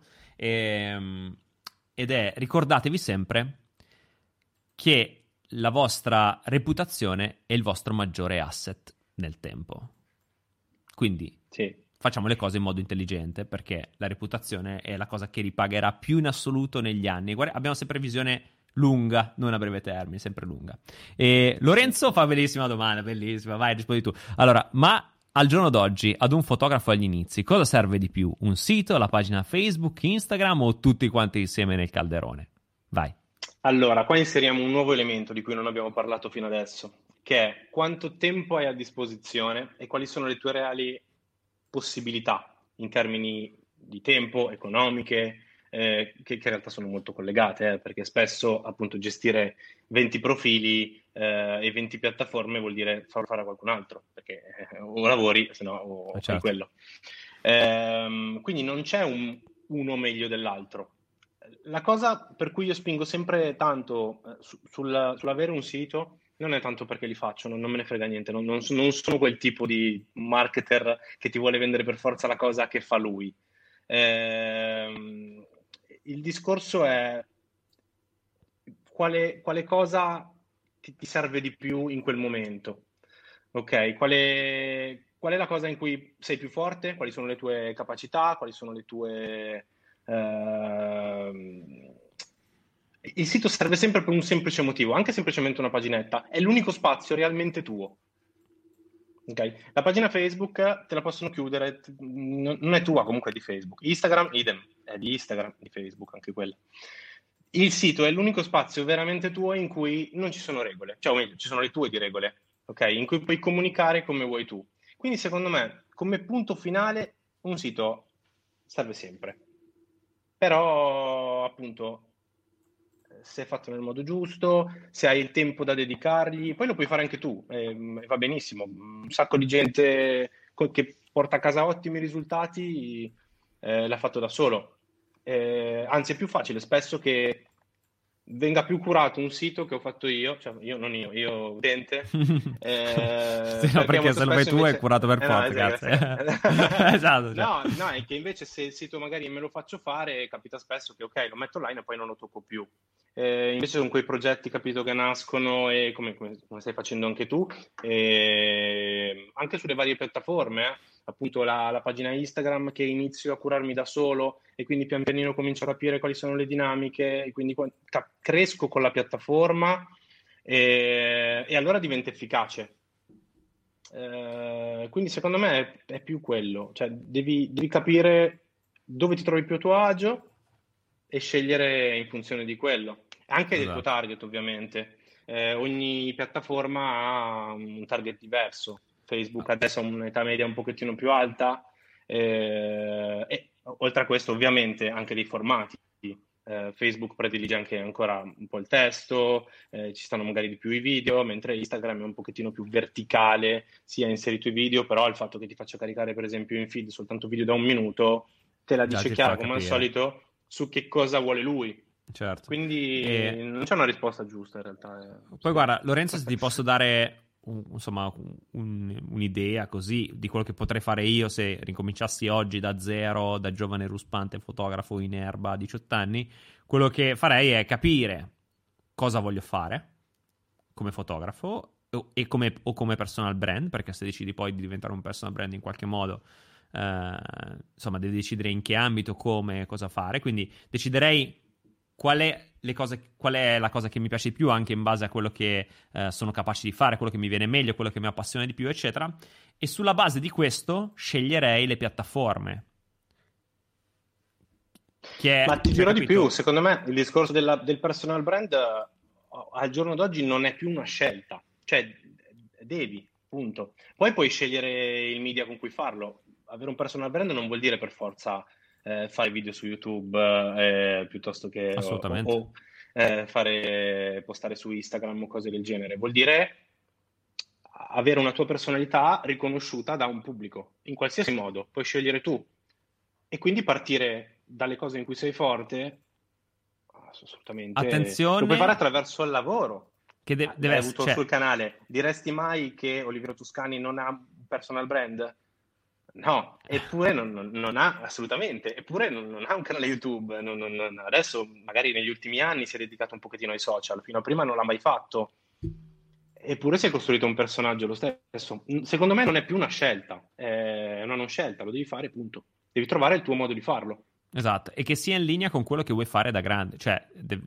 Ed è, ricordatevi sempre che la vostra reputazione è il vostro maggiore asset nel tempo. Quindi Sì. facciamo le cose in modo intelligente, perché la reputazione è la cosa che ripagherà più in assoluto negli anni. Guarda, abbiamo sempre visione lunga, non a breve termine, sempre lunga. E Lorenzo fa bellissima domanda, bellissima, vai, rispondi tu. Allora, ma al giorno d'oggi, ad un fotografo agli inizi, cosa serve di più? Un sito, la pagina Facebook, Instagram o tutti quanti insieme nel calderone? Vai. Allora, qua inseriamo un nuovo elemento di cui non abbiamo parlato fino adesso, che è quanto tempo hai a disposizione e quali sono le tue reali possibilità in termini di tempo, economiche, che in realtà sono molto collegate, perché spesso appunto gestire 20 profili e 20 piattaforme vuol dire farlo fare a qualcun altro, perché o lavori, se no o fai Certo. quello. Quindi non c'è uno meglio dell'altro. La cosa per cui io spingo sempre tanto sull'avere un sito non è tanto perché li faccio, non me ne frega niente, non sono quel tipo di marketer che ti vuole vendere per forza la cosa che fa lui. Il discorso è quale cosa ti serve di più in quel momento. Ok, qual è la cosa in cui sei più forte? Quali sono le tue capacità? Quali sono le tue... Il sito serve sempre per un semplice motivo, anche semplicemente una paginetta. È l'unico spazio realmente tuo. Okay. La pagina Facebook te la possono chiudere, non è tua, comunque è di Facebook. Instagram, idem, è di Instagram, di Facebook, anche quella. Il sito è l'unico spazio veramente tuo in cui non ci sono regole, cioè o meglio, ci sono le tue di regole, ok? In cui puoi comunicare come vuoi tu. Quindi secondo me, come punto finale, un sito serve sempre. Però, appunto, se è fatto nel modo giusto, se hai il tempo da dedicargli, poi lo puoi fare anche tu, va benissimo. Un sacco di gente che porta a casa ottimi risultati l'ha fatto da solo. Anzi, è più facile spesso che venga più curato un sito che ho fatto io, cioè io utente, Sì, no, perché perché molto se lo fai spesso tu è invece... curato per no, forza, esatto, grazie. Esatto, cioè. no, no, è che invece se il sito magari me lo faccio fare, capita spesso che ok, lo metto online e poi non lo tocco più. Invece sono quei progetti, capito, che nascono e come stai facendo anche tu, anche sulle varie piattaforme, appunto la pagina Instagram che inizio a curarmi da solo e quindi pian pianino comincio a capire quali sono le dinamiche e quindi cresco con la piattaforma e allora diventa efficace. Quindi secondo me è più quello, cioè devi capire dove ti trovi più a tuo agio e scegliere in funzione di quello, anche del tuo Esatto. target ovviamente. Ogni piattaforma ha un target diverso. Facebook adesso ha un'età media un pochettino più alta e oltre a questo ovviamente anche dei formati. Facebook predilige anche ancora un po' il testo, ci stanno magari di più i video, mentre Instagram è un pochettino più verticale, sia inserito i video, però il fatto che ti faccia caricare per esempio in feed soltanto video da 1 minuto, te la Già dice ti fa chiara come al capire. solito su che cosa vuole lui. Certo. Quindi E non c'è una risposta giusta in realtà. poi guarda, Lorenzo, se ti posso dare insomma un'idea così di quello che potrei fare io se ricominciassi oggi da zero, da giovane ruspante fotografo in erba a 18 anni, quello che farei è capire cosa voglio fare come fotografo o come personal brand, perché se decidi poi di diventare un personal brand in qualche modo, insomma, devi decidere in che ambito, come, cosa fare. Quindi deciderei qual è la cosa che mi piace di più, anche in base a quello che sono capace di fare, quello che mi viene meglio, quello che mi appassiona di più, eccetera. E sulla base di questo sceglierei le piattaforme. Che Ma è, ti cioè, dirò di più, capito? secondo me il discorso del personal brand al giorno d'oggi non è più una scelta, cioè devi, punto. Poi puoi scegliere il media con cui farlo. Avere un personal brand non vuol dire per forza fare video su YouTube piuttosto che Assolutamente. postare su Instagram o cose del genere. Vuol dire avere una tua personalità riconosciuta da un pubblico, in qualsiasi modo, puoi scegliere tu. E quindi partire dalle cose in cui sei forte, assolutamente, lo puoi fare Attenzione, attraverso il lavoro. che deve L'hai essere, avuto sul cioè, canale. Diresti mai che Oliviero Toscani non ha un personal brand? No, eppure non ha, assolutamente, eppure non ha un canale YouTube. Adesso, magari negli ultimi anni, si è dedicato un pochettino ai social, fino a prima non l'ha mai fatto. Eppure si è costruito un personaggio lo stesso. Secondo me non è più una scelta, è una non scelta, lo devi fare, punto. Devi trovare il tuo modo di farlo. esatto, e che sia in linea con quello che vuoi fare da grande, cioè,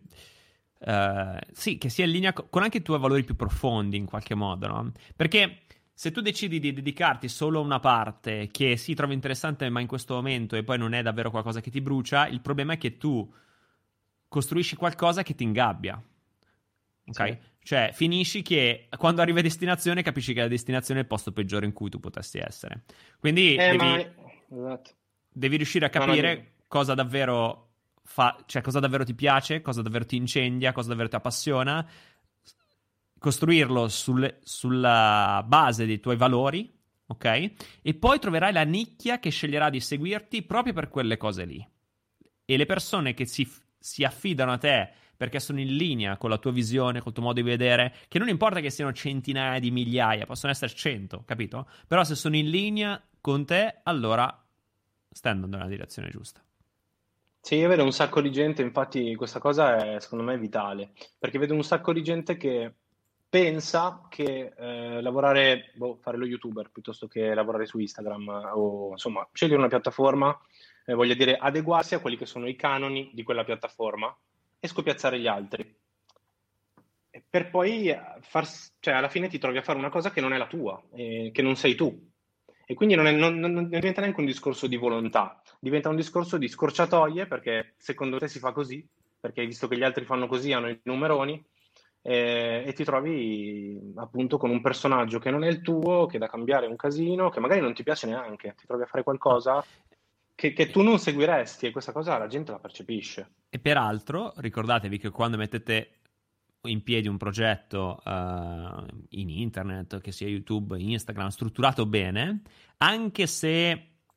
sì, che sia in linea con anche i tuoi valori più profondi in qualche modo, no? Perché se tu decidi di dedicarti solo a una parte che si trova interessante ma in questo momento e poi non è davvero qualcosa che ti brucia, il problema è che tu costruisci qualcosa che ti ingabbia, Sì. ok? Cioè, finisci che quando arrivi a destinazione capisci che la destinazione è il posto peggiore in cui tu potessi essere. Quindi Ma... devi Esatto. devi riuscire a No, no, capire cosa davvero cioè cosa davvero ti piace, cosa davvero ti incendia, cosa davvero ti appassiona, costruirlo sulla base dei tuoi valori, ok? E poi troverai la nicchia che sceglierà di seguirti proprio per quelle cose lì. E le persone che si affidano a te perché sono in linea con la tua visione, col tuo modo di vedere, che non importa che siano centinaia di migliaia, possono essere 100, capito? Però se sono in linea con te, allora stai andando nella direzione giusta. sì, io vedo un sacco di gente, infatti questa cosa è, secondo me è vitale, perché vedo un sacco di gente che pensa che lavorare, fare lo YouTuber piuttosto che lavorare su Instagram o insomma scegliere una piattaforma, voglia dire adeguarsi a quelli che sono i canoni di quella piattaforma e scopiazzare gli altri. E per poi cioè alla fine ti trovi a fare una cosa che non è la tua, che non sei tu. E quindi non diventa neanche un discorso di volontà, diventa un discorso di scorciatoie, perché secondo te si fa così, perché hai visto che gli altri fanno così, hanno i numeroni, e ti trovi appunto con un personaggio che non è il tuo, che da cambiare è un casino, che magari non ti piace neanche, ti trovi a fare No. qualcosa che tu non seguiresti e questa cosa la gente la percepisce. E peraltro, ricordatevi che quando mettete in piedi un progetto in internet, che sia YouTube, Instagram, strutturato bene, anche se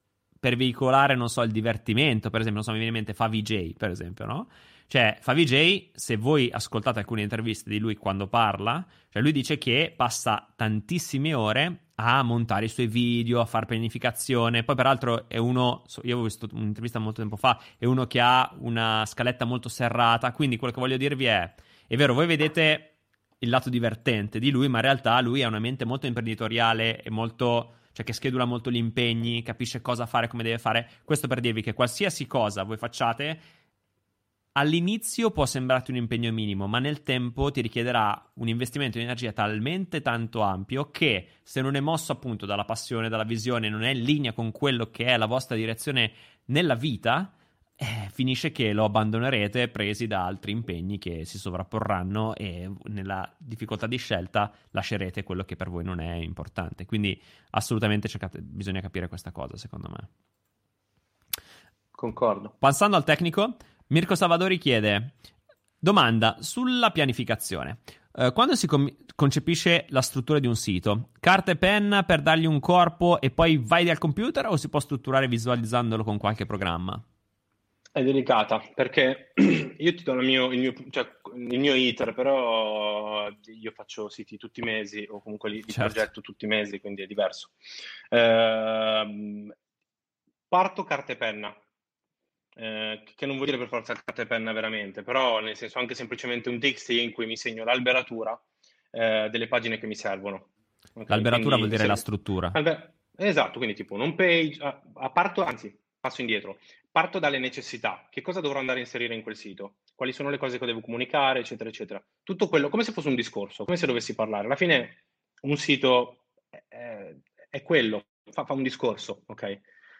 per veicolare, non so, il divertimento, per esempio, non so, mi viene in mente FaVJ, per esempio, no? Cioè, FaVJ, se voi ascoltate alcune interviste di lui quando parla, cioè lui dice che passa tantissime ore a montare i suoi video, a fare pianificazione. Poi, peraltro, è uno, io avevo visto un'intervista molto tempo fa, è uno che ha una scaletta molto serrata. Quindi quello che voglio dirvi è vero, voi vedete il lato divertente di lui, ma in realtà lui ha una mente molto imprenditoriale e molto, cioè che schedula molto gli impegni, capisce cosa fare, come deve fare. Questo per dirvi che qualsiasi cosa voi facciate, all'inizio può sembrarti un impegno minimo, ma nel tempo ti richiederà un investimento di energia talmente tanto ampio che, se non è mosso appunto dalla passione, dalla visione, non è in linea con quello che è la vostra direzione nella vita, finisce che lo abbandonerete presi da altri impegni che si sovrapporranno e nella difficoltà di scelta lascerete quello che per voi non è importante. Quindi assolutamente bisogna capire questa cosa, secondo me. Concordo. Passando al tecnico, Mirko Salvadori chiede: domanda sulla pianificazione. Quando si concepisce la struttura di un sito, carta e penna per dargli un corpo e poi vai al computer, o si può strutturare visualizzandolo con qualche programma? È delicata, perché io ti do il mio iter, però io faccio siti tutti i mesi, o comunque li progetto tutti i mesi, quindi è diverso. Parto carta e penna, che non vuol dire per forza carta e penna veramente, però nel senso anche semplicemente un Dixie in cui mi segno l'alberatura delle pagine che mi servono. Okay? L'alberatura Quindi, vuol dire la struttura. Esatto, quindi tipo un home page, passo indietro. Parto dalle necessità. Che cosa dovrò andare a inserire in quel sito? Quali sono le cose che devo comunicare, eccetera, eccetera. Tutto quello, come se fosse un discorso, come se dovessi parlare. Alla fine un sito è quello, fa un discorso, ok?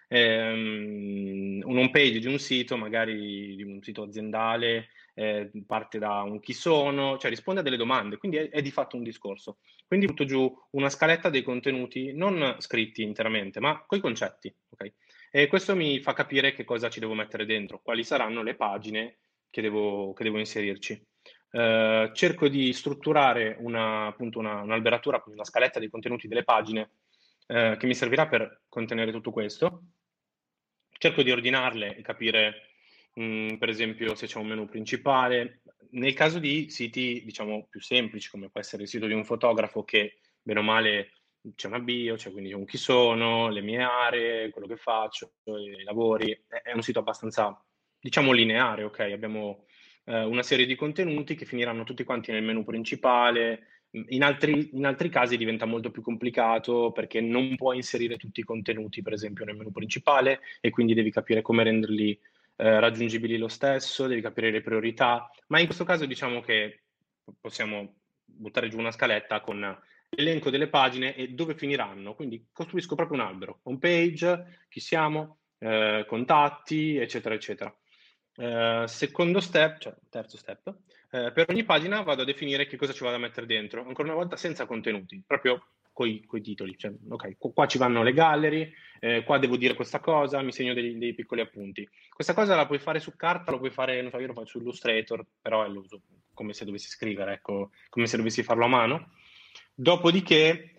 Un home page di un sito, magari di un sito aziendale, parte da un chi sono, cioè risponde a delle domande, quindi è di fatto un discorso. Quindi butto giù una scaletta dei contenuti, non scritti interamente, ma coi concetti, ok? E questo mi fa capire che cosa ci devo mettere dentro, quali saranno le pagine che devo inserirci. Cerco di strutturare un'alberatura, quindi una scaletta dei contenuti delle pagine che mi servirà per contenere tutto questo. Cerco di ordinarle e capire, per esempio, se c'è un menu principale. Nel caso di siti, diciamo, più semplici, come può essere il sito di un fotografo, che bene o male c'è una bio, c'è quindi un chi sono, le mie aree, quello che faccio, i lavori. È un sito abbastanza, diciamo, lineare, ok? Abbiamo una serie di contenuti che finiranno tutti quanti nel menu principale. In altri casi diventa molto più complicato, perché non puoi inserire tutti i contenuti, per esempio, nel menu principale, e quindi devi capire come renderli raggiungibili lo stesso, devi capire le priorità. Ma in questo caso diciamo che possiamo buttare giù una scaletta con l'elenco delle pagine e dove finiranno. Quindi costruisco proprio un albero, home page, chi siamo, contatti, eccetera, eccetera. Secondo step, cioè terzo step, per ogni pagina vado a definire che cosa ci vado a mettere dentro, ancora una volta senza contenuti, proprio coi titoli. Cioè, ok, qua ci vanno le gallery, qua devo dire questa cosa, mi segno dei piccoli appunti. Questa cosa la puoi fare su carta, lo puoi fare, non so, io lo faccio su Illustrator, però lo uso come se dovessi scrivere, ecco, come se dovessi farlo a mano. Dopodiché,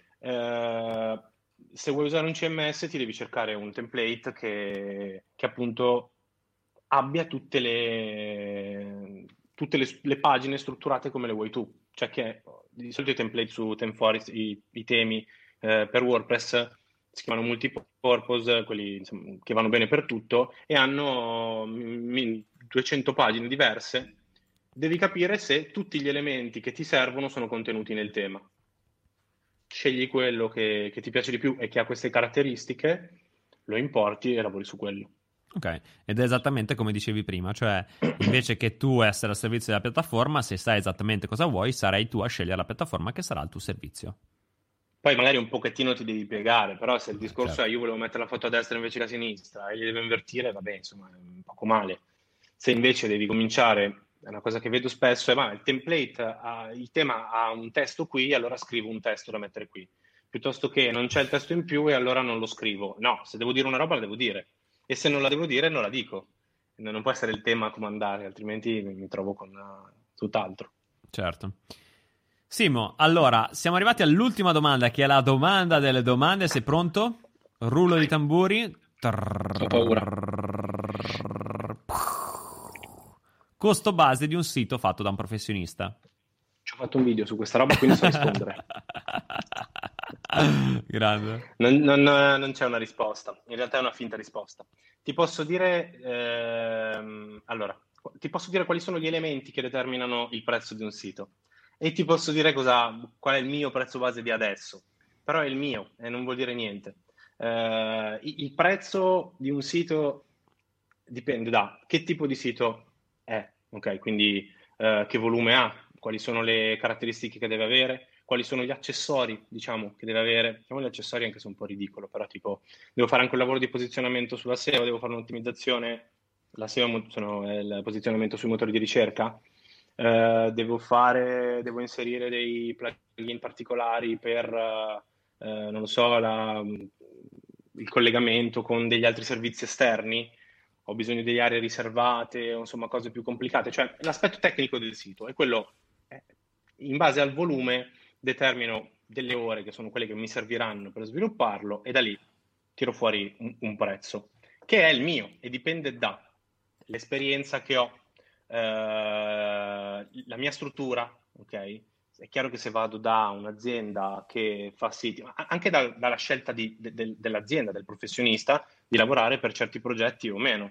se vuoi usare un CMS, ti devi cercare un template che appunto abbia tutte le pagine strutturate come le vuoi tu. Cioè che di solito i template su ThemeForest, i temi per WordPress si chiamano multipurpose, quelli insomma, che vanno bene per tutto, e hanno 200 pagine diverse. Devi capire se tutti gli elementi che ti servono sono contenuti nel tema. Scegli quello che ti piace di più e che ha queste caratteristiche, lo importi e lavori su quello. Ok, ed è esattamente come dicevi prima, cioè invece che tu essere al servizio della piattaforma, se sai esattamente cosa vuoi, sarai tu a scegliere la piattaforma che sarà il tuo servizio. Poi magari un pochettino ti devi piegare, però se il discorso certo. è io volevo mettere la foto a destra invece che a sinistra e li devo invertire, vabbè, insomma, è un poco male. Se invece devi cominciare, è una cosa che vedo spesso, è ma il template, il tema ha un testo qui, allora scrivo un testo da mettere qui, piuttosto che non c'è il testo in più e allora non lo scrivo. No, se devo dire una roba la devo dire, e se non la devo dire non la dico. Non può essere il tema a comandare, altrimenti mi trovo con tutt'altro. Certo. Simo, allora, siamo arrivati all'ultima domanda, che è la domanda delle domande. Sei pronto? Rullo di tamburi. Ho paura. Costo base di un sito fatto da un professionista. Ci ho fatto un video su questa roba, quindi so rispondere. Grande. Non c'è una risposta, in realtà è una finta risposta. Ti posso dire, allora, ti posso dire quali sono gli elementi che determinano il prezzo di un sito e ti posso dire qual è il mio prezzo base di adesso, però è il mio e non vuol dire niente. Il prezzo di un sito dipende da che tipo di sito è, ok? Quindi che volume ha, quali sono le caratteristiche che deve avere, quali sono gli accessori, diciamo, che deve avere. Diciamo gli accessori anche se è un po' ridicolo, però tipo devo fare anche un lavoro di posizionamento sulla SEO, devo fare un'ottimizzazione, la SEO è il posizionamento sui motori di ricerca, devo inserire dei plugin particolari per, non lo so, il collegamento con degli altri servizi esterni, ho bisogno di aree riservate, o insomma cose più complicate, cioè l'aspetto tecnico del sito è quello, in base al volume determino delle ore che sono quelle che mi serviranno per svilupparlo e da lì tiro fuori un prezzo, che è il mio e dipende dall'esperienza che ho, la mia struttura, ok? È chiaro che se vado da un'azienda che fa siti, anche dalla scelta dell'azienda, del professionista, di lavorare per certi progetti o meno.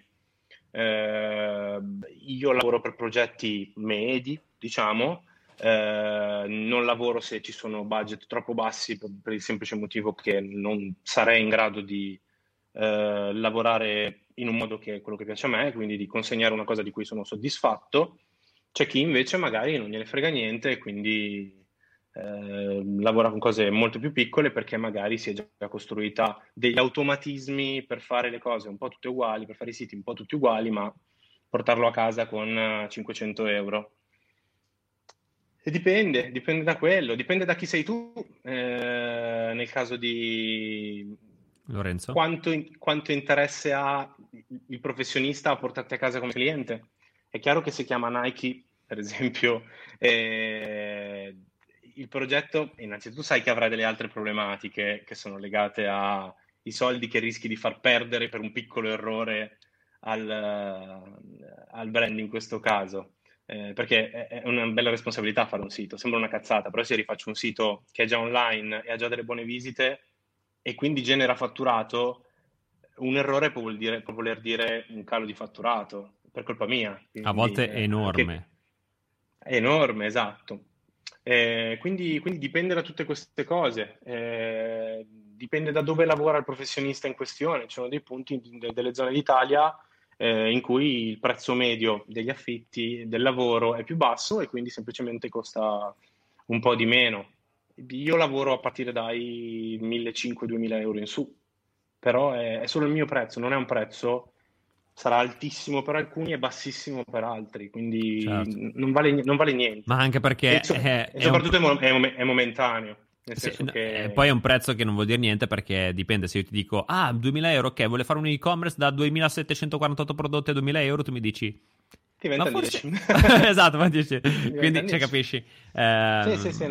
Io lavoro per progetti medi, diciamo, non lavoro se ci sono budget troppo bassi per il semplice motivo che non sarei in grado di lavorare in un modo che è quello che piace a me, quindi di consegnare una cosa di cui sono soddisfatto. C'è chi invece magari non gliene frega niente e quindi lavora con cose molto più piccole perché magari si è già costruita degli automatismi per fare le cose un po' tutte uguali, per fare i siti un po' tutti uguali, ma portarlo a casa con 500 euro. E dipende da quello, dipende da chi sei tu, nel caso di Lorenzo? quanto interesse ha il professionista a portarti a casa come cliente. È chiaro che se chiama Nike, per esempio, il progetto, innanzitutto sai che avrà delle altre problematiche che sono legate ai soldi che rischi di far perdere per un piccolo errore al brand in questo caso. Perché è una bella responsabilità fare un sito, sembra una cazzata, però se rifaccio un sito che è già online e ha già delle buone visite e quindi genera fatturato, un errore può voler dire un calo di fatturato per colpa mia. A Quindi, volte è enorme. è enorme, esatto. Quindi dipende da tutte queste cose, dipende da dove lavora il professionista in questione. Ci sono dei punti, delle zone d'Italia in cui il prezzo medio degli affitti del lavoro è più basso e quindi semplicemente costa un po' di meno. Io lavoro a partire dai 1.500-2.000 euro in su, però è solo il mio prezzo, non è un prezzo, sarà altissimo per alcuni e bassissimo per altri, Certo. quindi non vale niente. Ma anche perché E soprattutto è momentaneo, nel sì, senso che poi è un prezzo che non vuol dire niente perché dipende. Se io ti dico, 2000 euro, ok, vuole fare un e-commerce da 2748 prodotti a 2000 euro, tu mi dici, ma diventa forse... 10. Esatto, ma dici, Diventa quindi, 10. capisci? Sì,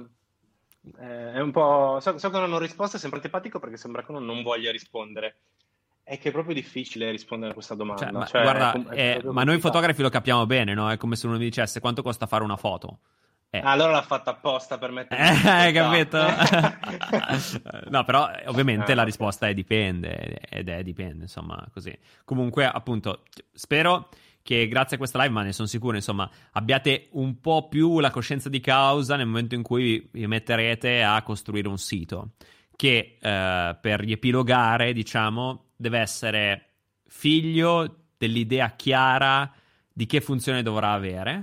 è un po'. So che non ho risposta, è sempre antipatico perché sembra che uno non voglia rispondere. È che è proprio difficile rispondere a questa Cioè, domanda. ma Cioè, guarda, è proprio ma noi complicato. fotografi lo capiamo bene, no? È come se uno mi dicesse quanto costa fare una foto. Allora l'ha fatta apposta per mettermi in Hai difficoltà. capito? No, però ovviamente la Ok. risposta è dipende, ed è dipende, insomma, così. Comunque, appunto, spero che grazie a questa live, ma ne sono sicuro, insomma, abbiate un po' più la coscienza di causa nel momento in cui vi metterete a costruire un sito, che per riepilogare, diciamo, deve essere figlio dell'idea chiara di che funzione dovrà avere,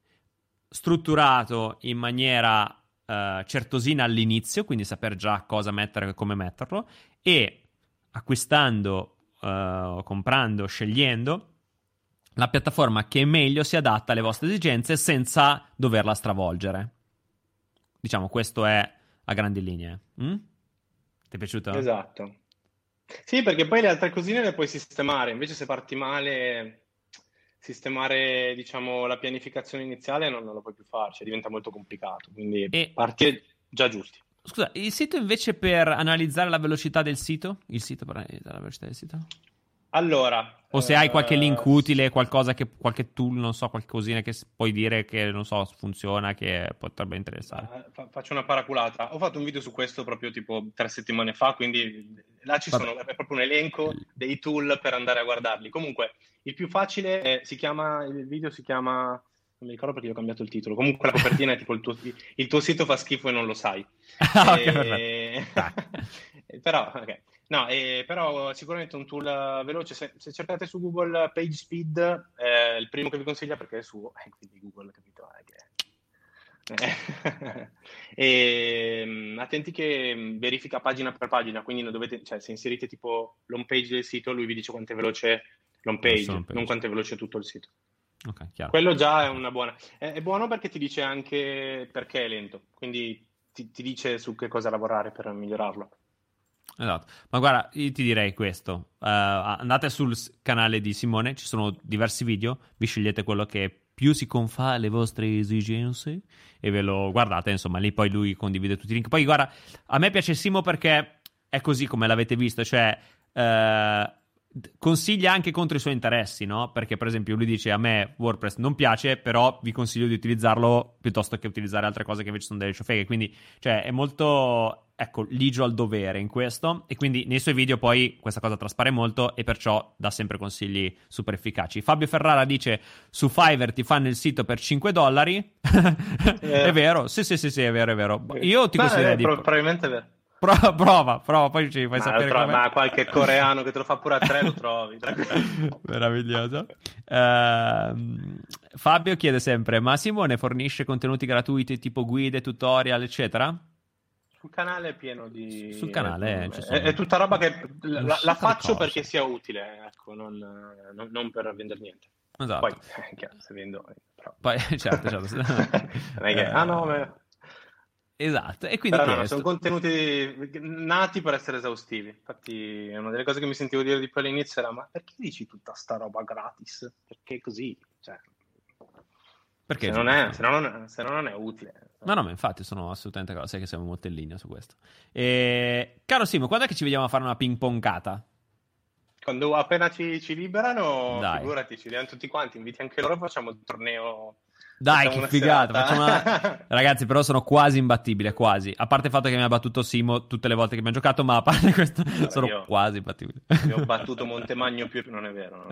strutturato in maniera certosina all'inizio, quindi saper già cosa mettere e come metterlo, e acquistando, comprando, scegliendo la piattaforma che meglio si adatta alle vostre esigenze senza doverla stravolgere. Diciamo, questo è a grandi linee. Ti è piaciuto? Esatto. Sì, perché poi le altre cosine le puoi sistemare, invece se parti male, sistemare, diciamo, la pianificazione iniziale non lo puoi più fare, cioè diventa molto complicato, quindi E partire già giusti. Scusa, il sito invece per analizzare la velocità del sito? Il sito per analizzare la velocità del sito? Allora, O se hai qualche link utile, qualche tool, non so, qualcosina che puoi dire che, non so, funziona, che potrebbe interessare. faccio una paraculata. Ho fatto un video su questo proprio tipo 3 settimane fa, quindi là è proprio un elenco dei tool per andare a guardarli. Comunque, il più facile il video si chiama, non mi ricordo perché ho cambiato il titolo. Comunque la copertina è tipo il tuo sito fa schifo e non lo sai. Ok, perfetto. Però, ok. No, però sicuramente un tool veloce. Se cercate su Google PageSpeed, il primo che vi consiglia perché è suo, quindi Google, capito? Attenti che verifica pagina per pagina, quindi non dovete, cioè, se inserite tipo l'home page del sito, lui vi dice quanto è veloce l'home page, non quanto è veloce tutto il sito. Ok, chiaro. Quello già è una buona. È buono perché ti dice anche perché è lento, quindi ti dice su che cosa lavorare per migliorarlo. Esatto, ma guarda, io ti direi questo, andate sul canale di Simone, ci sono diversi video, vi scegliete quello che più si confà alle vostre esigenze e ve lo guardate, insomma, lì poi lui condivide tutti i link. Poi guarda, a me piace Simo perché è così come l'avete visto, cioè consiglia anche contro i suoi interessi, no? Perché per esempio lui dice a me WordPress non piace, però vi consiglio di utilizzarlo piuttosto che utilizzare altre cose che invece sono delle ciofeghe, quindi cioè è molto, ecco, ligio al dovere in questo, e quindi nei suoi video poi questa cosa traspare molto e perciò dà sempre consigli super efficaci. Fabio Ferrara dice su Fiverr ti fanno il sito per $5. È vero? Sì, è vero. Io ti consiglierei probabilmente è vero. Prova, poi ci fai sapere come. Ma qualche coreano che te lo fa pure a 3 lo trovi. Meraviglioso. Fabio chiede sempre: ma Simone fornisce contenuti gratuiti tipo guide, tutorial, eccetera? Sul canale è pieno di... Sul canale è tutta roba che la faccio perché sia utile, ecco, non per vendere niente. Esatto. Poi, se vendo... Però... Poi, certo. non è che... Esatto, e quindi però sono contenuti nati per essere esaustivi. Infatti una delle cose che mi sentivo dire di più all'inizio era: ma perché dici tutta sta roba gratis? Perché così? Cioè, perché se non è utile. Ma infatti sono assolutamente d'accordo, sai che siamo molto in linea su questo. Caro Simo, quando è che ci vediamo a fare una ping pongata? Quando appena ci liberano, Dai. Figurati, ci vediamo tutti quanti, inviti anche loro, facciamo il torneo. Dai, che figata! Ragazzi, però sono quasi imbattibile, quasi. A parte il fatto che mi ha battuto Simo tutte le volte che abbiamo giocato, ma a parte questo sono quasi imbattibile. Mi ho battuto Montemagno più, non è vero.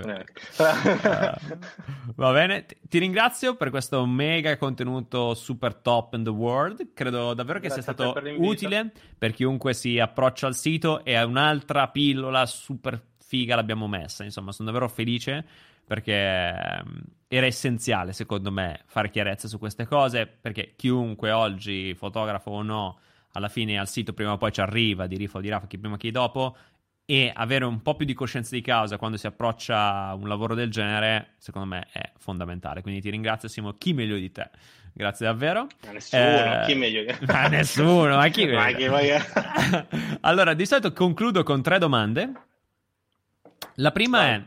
Va bene, ti ringrazio per questo mega contenuto super top in the world. Credo davvero che sia stato utile per chiunque si approccia al sito, e un'altra pillola super figa l'abbiamo messa. Insomma, sono davvero felice perché era essenziale, secondo me, fare chiarezza su queste cose, perché chiunque oggi, fotografo o no, alla fine al sito prima o poi ci arriva di rifa o di rafa, chi prima chi dopo, e avere un po' più di coscienza di causa quando si approccia a un lavoro del genere, secondo me è fondamentale. Quindi ti ringrazio, Simo, chi meglio di te. Grazie davvero. Ma nessuno, chi meglio di te? Ma nessuno, ma chi meglio? Allora, di solito concludo con 3 domande. La prima è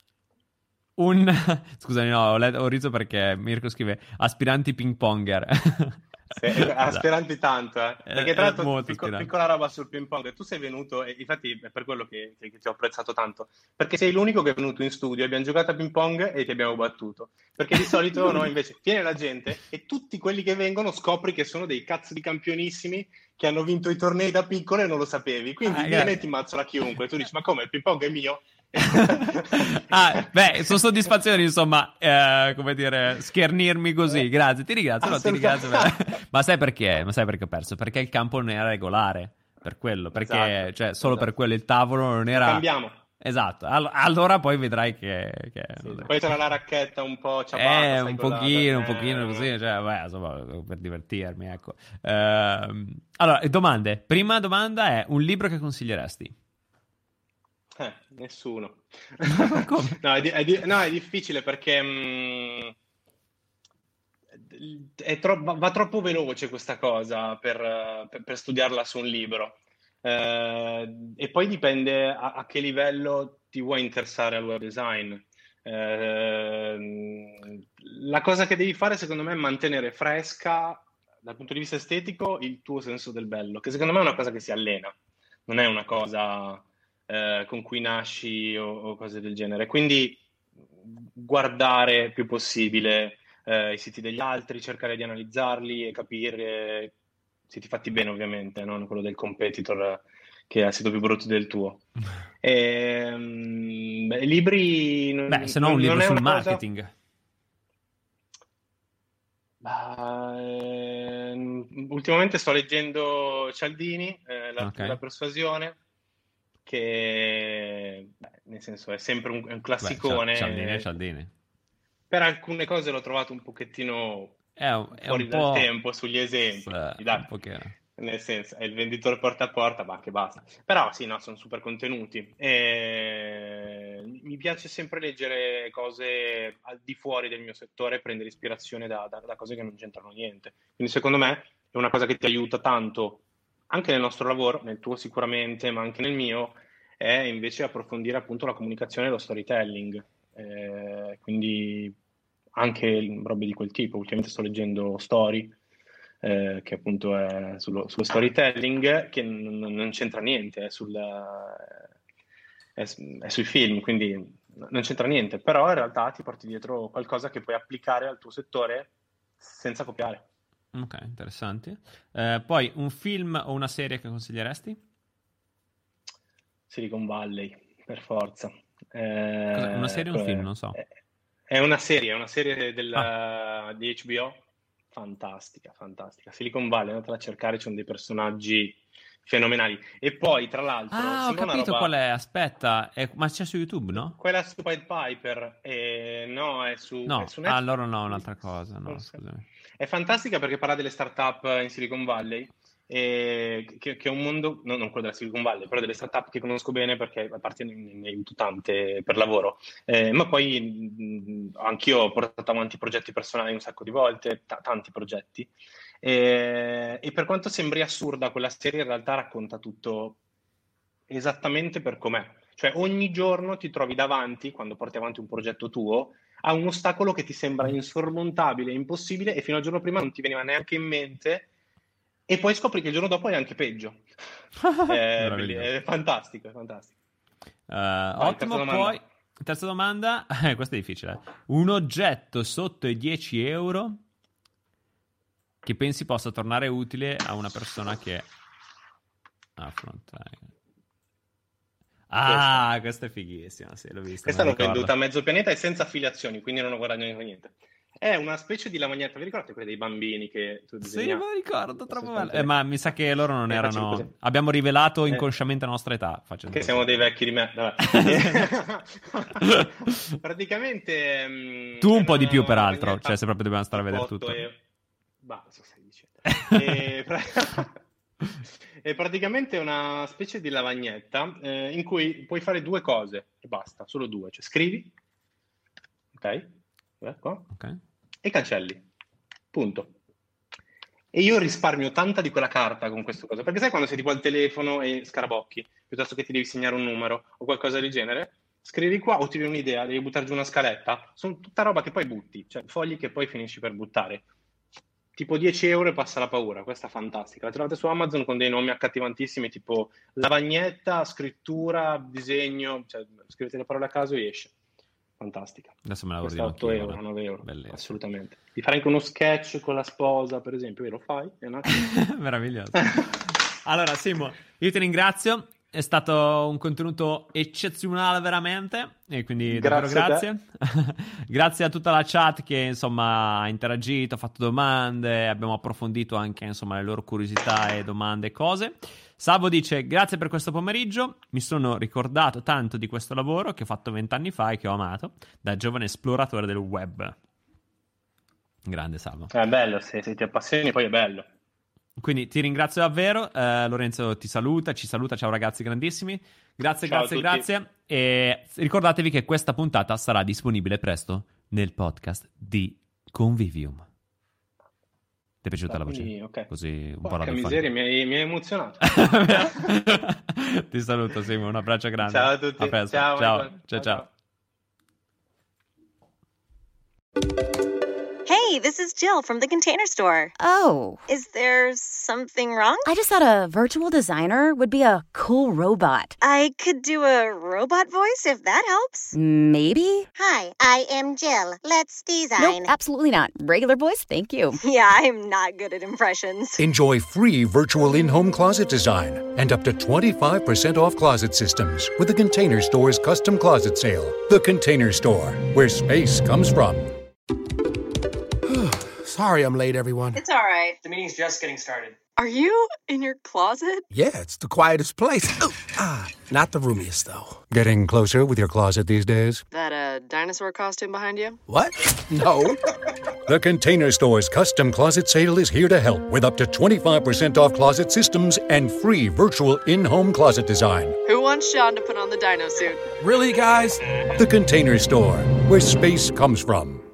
scusami, no, ho riso perché Mirko scrive aspiranti ping ponger. Sì, aspiranti tanto, perché tra l'altro piccola roba sul ping pong. Tu sei venuto, e infatti è per quello che ti ho apprezzato tanto, perché sei l'unico che è venuto in studio, abbiamo giocato a ping pong e ti abbiamo battuto, perché di solito no, invece viene la gente e tutti quelli che vengono scopri che sono dei cazzo di campionissimi che hanno vinto i tornei da piccolo e non lo sapevi, quindi viene e ti mazzola chiunque. Tu dici: ma come, il ping pong è mio? Sono soddisfazioni, insomma, come dire, schernirmi così. Grazie, ti ringrazio. Ma sai perché? Ho perso? Perché il campo non era regolare, per quello, perché esatto, cioè, solo per quello il tavolo non era... Cambiamo. Esatto, allora poi vedrai che... Sì, poi c'era la racchetta un po' ciabatta, un pochino così, cioè, insomma, per divertirmi, ecco. Allora, domande. Prima domanda è: un libro che consiglieresti? Nessuno. Come? No, è difficile perché va troppo veloce questa cosa per studiarla su un libro. E poi dipende a che livello ti vuoi interessare al web design. La cosa che devi fare, secondo me, è mantenere fresca dal punto di vista estetico il tuo senso del bello, che secondo me è una cosa che si allena, non è una cosa con cui nasci o cose del genere. Quindi guardare più possibile i siti degli altri, cercare di analizzarli e capire siti fatti bene, ovviamente, non quello del competitor che ha il sito più brutto del tuo. Libri Beh, se no un libro non è sul una cosa... marketing. Ultimamente sto leggendo Cialdini, l'arte Ok. della persuasione, che nel senso è sempre un Beh, classicone. Cialdini è Cialdini. Per alcune cose l'ho trovato un pochettino È fuori un dal po'... tempo sugli esempi, dai, un pochino. nel senso è il venditore porta a porta, ma che basta. Però sì, no, sono super contenuti. E mi piace sempre leggere cose al di fuori del mio settore e prendere ispirazione da cose che non c'entrano niente. Quindi secondo me è una cosa che ti aiuta tanto anche nel nostro lavoro, nel tuo sicuramente, ma anche nel mio, è invece approfondire appunto la comunicazione e lo storytelling. Quindi anche robe di quel tipo. Ultimamente sto leggendo Story, che appunto è sullo storytelling, che non c'entra niente, è sui film, quindi non c'entra niente, però in realtà ti porti dietro qualcosa che puoi applicare al tuo settore senza copiare. Ok, interessanti. Poi un film o una serie che consiglieresti? Silicon Valley, per forza. Una serie o un film? Non so. È una serie di HBO, fantastica, fantastica. Silicon Valley, andate a cercare, ci sono dei personaggi fenomenali. E poi, tra l'altro, Ah, ho sembra una capito roba... qual è. Aspetta, ma c'è su YouTube, no? Quella su Pied Piper, no, è su No, Netflix. allora no, un'altra cosa. No, Forse. scusami. È fantastica perché parla delle start-up in Silicon Valley, che è un mondo, non quello della Silicon Valley, però delle start-up che conosco bene perché a parte ne aiuto tante per lavoro. Ma poi anch'io ho portato avanti progetti personali un sacco di volte, tanti progetti. E per quanto sembri assurda, quella serie in realtà racconta tutto esattamente per com'è. Cioè ogni giorno ti trovi davanti, quando porti avanti un progetto tuo, a un ostacolo che ti sembra insormontabile, impossibile, e fino al giorno prima non ti veniva neanche in mente, e poi scopri che il giorno dopo è anche peggio. Meraviglioso. È fantastico, è fantastico. Ottimo, poi terza domanda, questa è difficile. Un oggetto sotto i 10 euro che pensi possa tornare utile a una persona che affronta... questa è fighissima, sì, l'ho vista. Questa l'ho venduta a mezzo pianeta e senza affiliazioni, quindi non ho guadagnato niente. È una specie di lavagnetta, vi ricordate quelle dei bambini che tu disegnavi? Sì, me lo ricordo, troppo bello. Ma mi sa che loro non erano... così. Abbiamo rivelato inconsciamente la nostra età. Che siamo dei vecchi di me. Praticamente... tu un po' di più, peraltro, cioè se proprio dobbiamo stare a vedere tutto. Bah, cosa stai dicendo? È praticamente una specie di lavagnetta in cui puoi fare due cose e basta, solo due. Cioè scrivi, ok? Qua. Ok. E cancelli, punto. E io risparmio tanta di quella carta con questa cosa, perché sai quando sei tipo al telefono e scarabocchi, piuttosto che ti devi segnare un numero o qualcosa del genere, scrivi qua o ti viene un'idea, devi buttare giù una scaletta, sono tutta roba che poi butti, cioè fogli che poi finisci per buttare. Tipo 10 euro e passa la paura, questa è fantastica. La trovate su Amazon con dei nomi accattivantissimi, tipo lavagnetta, scrittura, disegno, cioè scrivete le parole a caso e esce. Fantastica. Adesso me la Questa 8 euro, 9 euro, bellissimo. assolutamente. Di fare anche uno sketch con la sposa, per esempio, e lo fai? È una... Meraviglioso. Allora, Simo, io ti ringrazio. È stato un contenuto eccezionale veramente, e quindi davvero grazie. Grazie a tutta la chat che insomma ha interagito, ha fatto domande, abbiamo approfondito anche insomma le loro curiosità e domande e cose. Salvo dice: grazie per questo pomeriggio, mi sono ricordato tanto di questo lavoro che ho fatto 20 anni fa e che ho amato da giovane esploratore del web. Grande Salvo. È bello, se ti appassioni poi è bello. Quindi ti ringrazio davvero, Lorenzo ci saluta, ciao ragazzi grandissimi, grazie. E ricordatevi che questa puntata sarà disponibile presto nel podcast di Convivium. Ti è piaciuta la voce? Okay. Così un Porca po' miseria, mi hai emozionato. Ti saluto Simo, un abbraccio grande. Ciao a tutti. A presto. Ciao. Hey, Hey, this is Jill from the Container Store. Oh. Is there something wrong? I just thought a virtual designer would be a cool robot. I could do a robot voice if that helps. Maybe? Hi, I am Jill. Let's design. Nope, absolutely not. Regular voice, thank you. Yeah, I'm not good at impressions. Enjoy free virtual in-home closet design and up to 25% off closet systems with the Container Store's custom closet sale. The Container Store, where space comes from. Sorry I'm late, everyone. It's all right. The meeting's just getting started. Are you in your closet? Yeah, it's the quietest place. Not the roomiest, though. Getting closer with your closet these days? That a dinosaur costume behind you? What? No. The Container Store's custom closet sale is here to help with up to 25% off closet systems and free virtual in-home closet design. Who wants Sean to put on the dino suit? Really, guys? The Container Store, where space comes from.